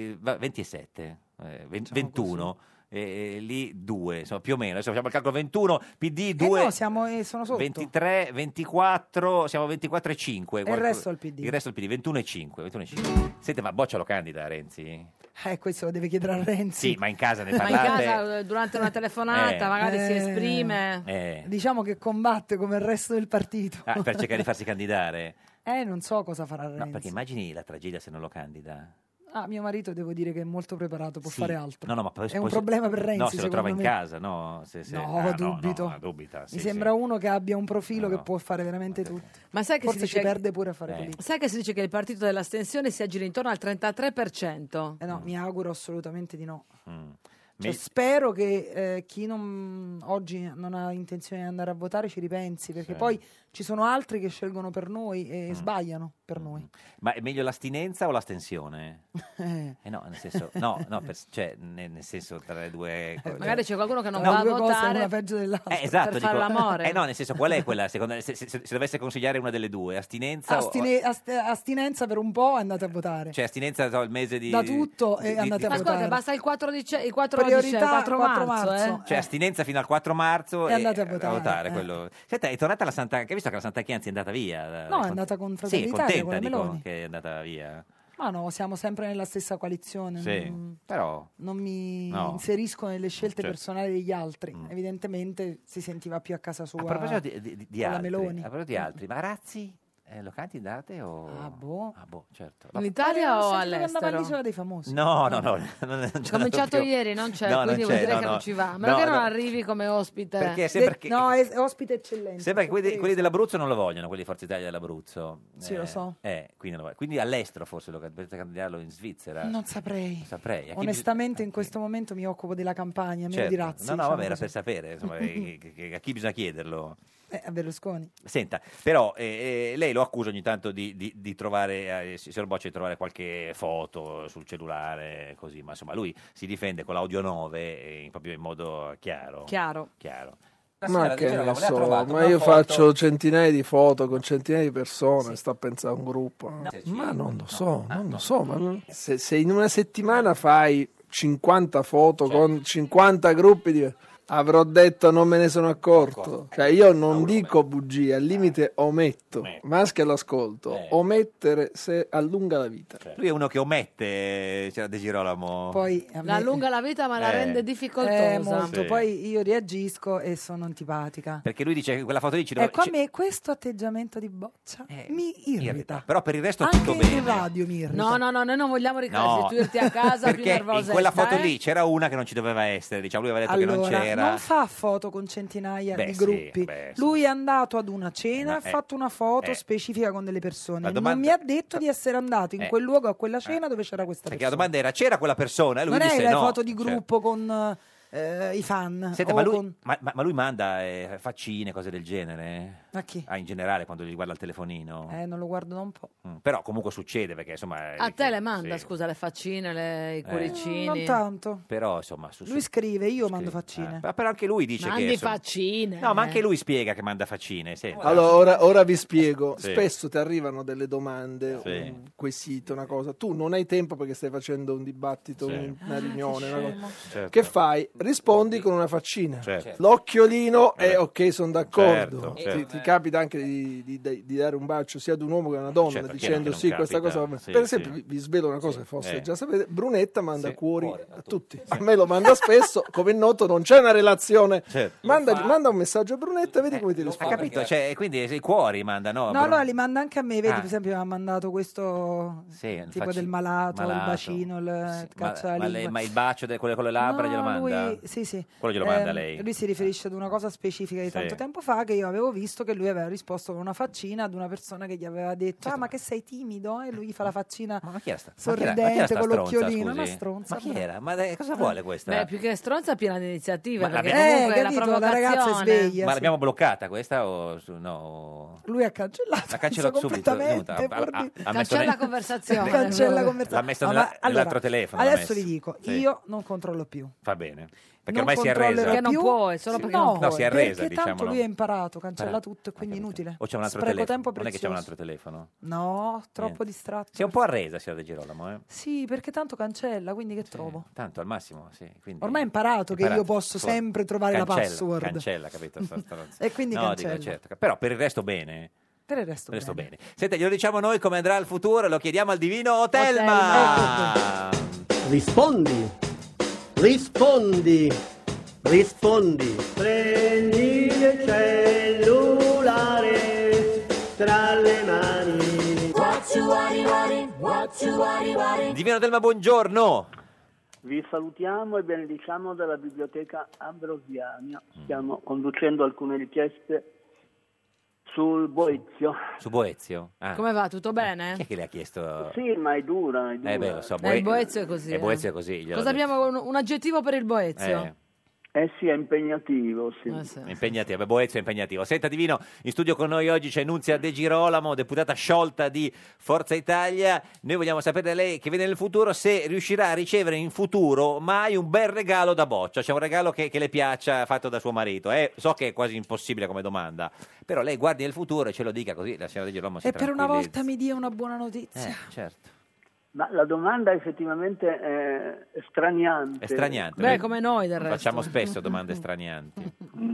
27, 21. Lì 2, insomma più o meno, adesso facciamo il calcolo 21, PD 2, no, sono sotto. 23, 24, siamo a 24 e 5. E il resto al PD. Il resto al PD, 21 e 5, 21 e 5. Sente, ma Boccia lo candida Renzi? Questo lo deve chiedere a Renzi. Sì, ma in casa ne Ma in parlate? casa, durante una telefonata, magari si esprime. Diciamo che combatte come il resto del partito. Per cercare di farsi candidare? Non so cosa farà Renzi. No, perché immagini la tragedia se non lo candida. Mio marito devo dire che è molto preparato, può Sì. fare altro. No, ma poi- è un poi- problema per Renzi, No, se lo trova in secondo me. casa, no? No, dubito. No, dubita, sì, Mi sì. sembra uno che abbia un profilo No. che può fare veramente tutto. Ma sai che Forse si dice ci perde pure a fare politica. Sai che si dice che il partito dell'astensione si aggira intorno al 33%? No, mi auguro assolutamente di no. Cioè, spero che chi oggi non ha intenzione di andare a votare ci ripensi, perché poi ci sono altri che scelgono per noi e sbagliano per noi. Ma è meglio l'astinenza o l'astensione? No, nel senso, nel senso tra le due. Magari c'è qualcuno che non No, va a due cose, votare una peggio dell'altra. Esatto, per fare l'amore. No, nel senso, qual è quella? Secondo, se dovesse consigliare una delle due, astinenza Astinenza per un po', andate a votare. cioè astinenza il mese di Da tutto e andate a Ma votare. scusate, basta il 4 Priorità, 4 4 marzo. cioè astinenza fino al 4 marzo E andate a votare, quello. Senta, è tornata la Santa, che hai visto che la Santa Chianzi è andata via? No, è andata con Fratelli Sì, d'Italia, contenta, con la dico, Meloni. che è andata via. Ma no, siamo sempre nella stessa coalizione. Sì, però Non mi No. inserisco nelle scelte Certo. personali degli altri. Evidentemente si sentiva più a casa sua a proposito di con la altri, Meloni. a proposito di altri, ma Razzi lo candidate o boh. certo. In Italia o Andava all'estero? all'Isola dei Famosi. No, non Ho cominciato ieri, non c'è, No, quindi non vuol c'è, dire no, che no. non ci va. A meno che non no. arrivi come ospite. Perché sembra che No, è ospite eccellente. sembra che quelli dell'Abruzzo non lo vogliono, quelli di Forza Italia dell'Abruzzo. Sì, lo so. Quindi all'estero forse potete candidarlo in Svizzera. Non saprei. Saprei. A chi Onestamente in questo momento mi occupo della campagna, meno Certo. di Razzi. No, diciamo vabbè, era così. per sapere, insomma, a chi bisogna chiederlo. A Berlusconi. Senta, però lei lo accusa ogni tanto di trovare, signor Boccia, di trovare qualche foto sul cellulare, così, ma insomma lui si difende con l'audio 9 proprio in modo chiaro. Chiaro. Ma che ne so, ma io faccio centinaia di foto con centinaia di persone, sto a pensare a un gruppo. Ma non lo so, ma se in una settimana fai 50 foto con 50 gruppi avrò detto non me ne sono accorto. Cioè io non dico bugie, al limite ometto. Maschi all'ascolto, omettere se allunga la vita. Lui è uno che omette, c'era De Girolamo. Poi La allunga la vita ma la rende difficoltosa. molto. Sì. Poi io reagisco e sono antipatica. Perché lui dice che quella foto lì ci doveva... Ecco, a me questo atteggiamento di Boccia mi irrita. Però per il resto Anche tutto in bene. radio mi irrita. No, noi non vogliamo No, ricostituirti a casa più perché nervosa. in quella foto lì c'era una che non ci doveva essere, diciamo, lui aveva detto che non Allora, c'era. non fa foto con centinaia Beh, di sì, gruppi. beh, sì. Lui è andato ad una cena, Ma ha fatto una foto eh. specifica con delle persone. La domanda- Non mi ha detto di essere andato in quel luogo, a quella cena dove c'era questa Perché la persona. domanda era, c'era quella persona? E lui Non è disse le no. foto di Cioè, gruppo con i fan. Senta, o ma lui, con- ma lui manda faccine, cose del genere? A chi? In generale, quando gli guarda il telefonino? Non lo guardo da un po'. Però comunque succede, perché insomma... A te le manda, sì. scusa, le faccine, i cuoricini. Non tanto. Però insomma... Lui scrive, io mando faccine. Ma però anche lui dice Mandi che... insomma- faccine. No, ma anche lui spiega che manda faccine. Senta. Allora, ora vi spiego. Sì. Spesso ti arrivano delle domande, Sì. un quesito, una cosa. Tu non hai tempo perché stai facendo un dibattito, Sì. una riunione. una cosa. scemo. Certo. Che fai? Rispondi con una faccina. Certo. L'occhiolino è ok, sono d'accordo. Certo, certo. Ti capita anche di dare un bacio sia ad un uomo che a una donna, Certo, dicendo chiaro che sì, non questa capita. cosa. va bene. Sì, Per esempio, sì. vi svelo una cosa che forse Eh. già sapete: Brunetta manda cuori a tutti. A me lo manda spesso, come è noto, non c'è una relazione. Certo. Manda un messaggio a Brunetta e vedi come ti Ha risponde. capito? Cioè, quindi i cuori manda, no? No, allora li manda anche a me, vedi, Ah. per esempio mi ha mandato questo Sì, tipo del malato, il bacino, il Ma, caccia ma ma il bacio con le labbra No, glielo manda? lui, sì. Quello glielo manda lei? Lui si riferisce ad una cosa specifica di Sì. tanto tempo fa, che io avevo visto che lui aveva risposto con una faccina ad una persona che gli aveva detto ma che sei timido? E lui gli fa la faccina Ma chi era sta? sorridente ma chi era sta con stronza, l'occhiolino, scusi? una stronza. Ma chi era? Ma cosa vuole questa? Beh, più che stronza piena di iniziativa, Ma perché l'abbiamo- comunque la capito, la ragazza è provocazione. sveglia. Ma sì. l'abbiamo bloccata questa o no? Lui ha cancellato, L'ha cancellato subito. completamente, Ha messo Cancella la conversazione. cancella la conversazione. L'ha messo No, nella- ma nell'altro allora, telefono. l'ha Adesso messo. vi dico, Sì. io non controllo più. Va bene. Perché Non ormai si è controllerò arresa. Perché non più. può, solo Sì, perché no, non può. No, si è arresa, perché tanto diciamolo. lui ha imparato, cancella Ah, tutto e quindi inutile. O c'è un altro Spreco telefono? tempo Non è che c'è un prezioso. altro telefono? No, troppo Niente. distratto. Si è un po' arresa, signora De Girolamo, eh? Sì, perché tanto cancella, quindi che trovo? Tanto al massimo, sì. Quindi... Ormai ha imparato che io posso sempre trovare la password. Cancella, capito? sta stronza. E quindi no, cancella. dico, certo. Però per il resto bene. Per il resto, Resto bene. bene. Senta, glielo diciamo noi come andrà il futuro, lo chiediamo al divino Telma. Rispondi, rispondi, rispondi. Prendi il cellulare tra le mani. Divino Telma, buongiorno. Vi salutiamo e benediciamo dalla Biblioteca Ambrosiana. Stiamo conducendo alcune richieste sul Boezio. Su Boezio? Ah. Come va? Tutto bene? Chi è che le ha chiesto? Sì, ma è dura, è dura. Beh, lo so, Il Boezio è così. Boezio è così. glielo Cosa dico. abbiamo? Un aggettivo per il Boezio? Sì, è impegnativo, sì. Impegnativo, Boezio è impegnativo. Senta Divino, in studio con noi oggi c'è Nunzia De Girolamo, deputata sciolta di Forza Italia. Noi vogliamo sapere da lei, che vede nel futuro, se riuscirà a ricevere in futuro mai un bel regalo da Boccia, cioè un regalo che le piaccia fatto da suo marito. So che è quasi impossibile come domanda, però lei guardi nel futuro e ce lo dica, così la signora De Girolamo si E per una tranquillizza. volta mi dia una buona notizia. Certo. Ma la domanda effettivamente è straniante. È straniante. Beh, come noi del resto. Facciamo spesso domande stranianti.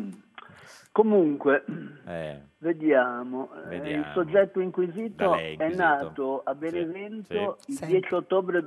Comunque, vediamo. Il soggetto inquisito Da lei è inquisito. nato a Benevento sì. il 10 ottobre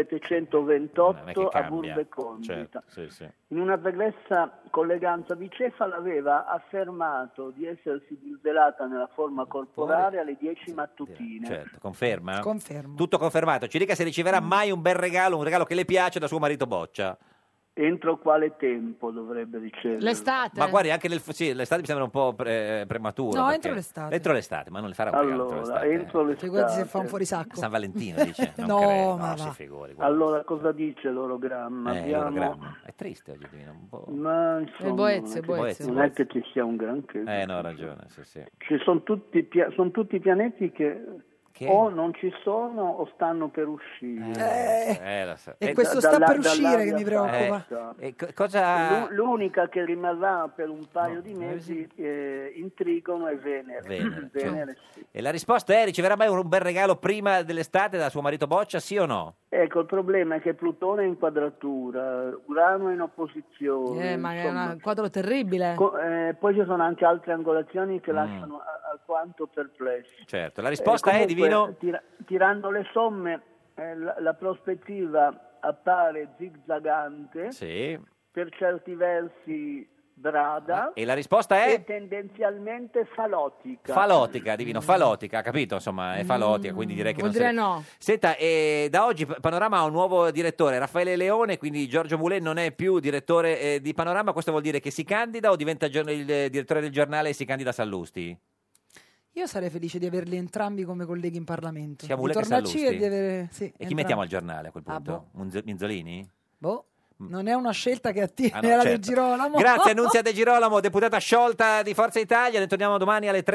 2728 a cambia. Burbe Condita. Certo, sì. In una pregressa colleganza bicefala aveva affermato di essersi disvelata nella forma corporale alle 10 mattutine. Certo, conferma? Confermo. Tutto confermato. Ci dica se riceverà mai un bel regalo, un regalo che le piace da suo marito Boccia. Entro quale tempo dovrebbe ricevere? L'estate. Ma guardi, anche l'estate mi sembra un po' prematuro. No, perché- entro l'estate. Entro l'estate, ma non le farà un regalo entro l'estate. Entro l'estate. Figurati se fa un fuorisacco. San Valentino dice. Non No, credo, ma si va. figuri. guarda. Allora, cosa dice l'orogramma? L'orogramma. È triste oggi, Divino, un po'. Ma insomma, Il Boezio. non è che ci sia un granché. No, ha ragione, sì. Ci sono tutti pianeti che o non ci sono o stanno per uscire. Lo so. E questo sta per uscire che mi preoccupa. Cosa... L'unica che rimarrà per un paio di mesi in trigono è Venere. Venere, sì. E la risposta è: riceverà mai un bel regalo prima dell'estate da suo marito Boccia, sì o no? Ecco, il problema è che Plutone è in quadratura, Urano è in opposizione. Ma è un quadro terribile. Poi ci sono anche altre angolazioni che lasciano alquanto perplessi. Certo, la risposta è, Comunque, Divino? Tirando le somme, la prospettiva appare zigzagante, per certi versi brada, E la risposta è? e tendenzialmente falotica. Falotica, Divino, falotica, capito? Insomma, è falotica, quindi direi che Vuol non dire se- no. Senta, da oggi Panorama ha un nuovo direttore, Raffaele Leone, quindi Giorgio Mulè non è più direttore di Panorama. Questo vuol dire che si candida o diventa il direttore del giornale e si candida a Sallusti? Io sarei felice di averli entrambi come colleghi in Parlamento. Sia Di Mulè che tornarci Sallusti? e di avere... sì, E chi entrambi. mettiamo al giornale a quel Ah, punto? Minzolini? Boh, non è una scelta che attiene Ah, no, alla certo. De Girolamo. Grazie Annunzia De Girolamo, deputata sciolta di Forza Italia. Ne torniamo domani alle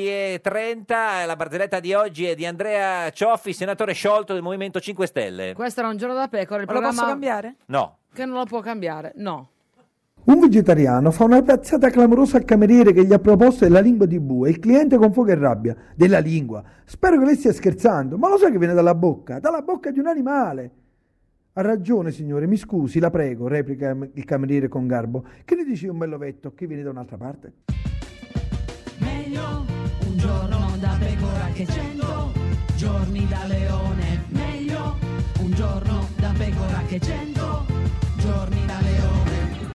13.30. La barzelletta di oggi è di Andrea Cioffi, senatore sciolto del Movimento 5 Stelle. Questo era Un giorno da pecora, il Ma lo programma posso cambiare? No. che non lo può cambiare. No. Un vegetariano fa una piazzata clamorosa al cameriere che gli ha proposto della lingua di bue. Il cliente con fuoco e rabbia. Della lingua. Spero che lei stia scherzando. Ma lo sa che viene dalla bocca? Dalla bocca di un animale. Ha ragione, signore. Mi scusi, la prego, replica il cameriere con garbo. Che ne dici un bellovetto che viene da un'altra parte? Meglio un giorno da pecora che 100 giorni da leone.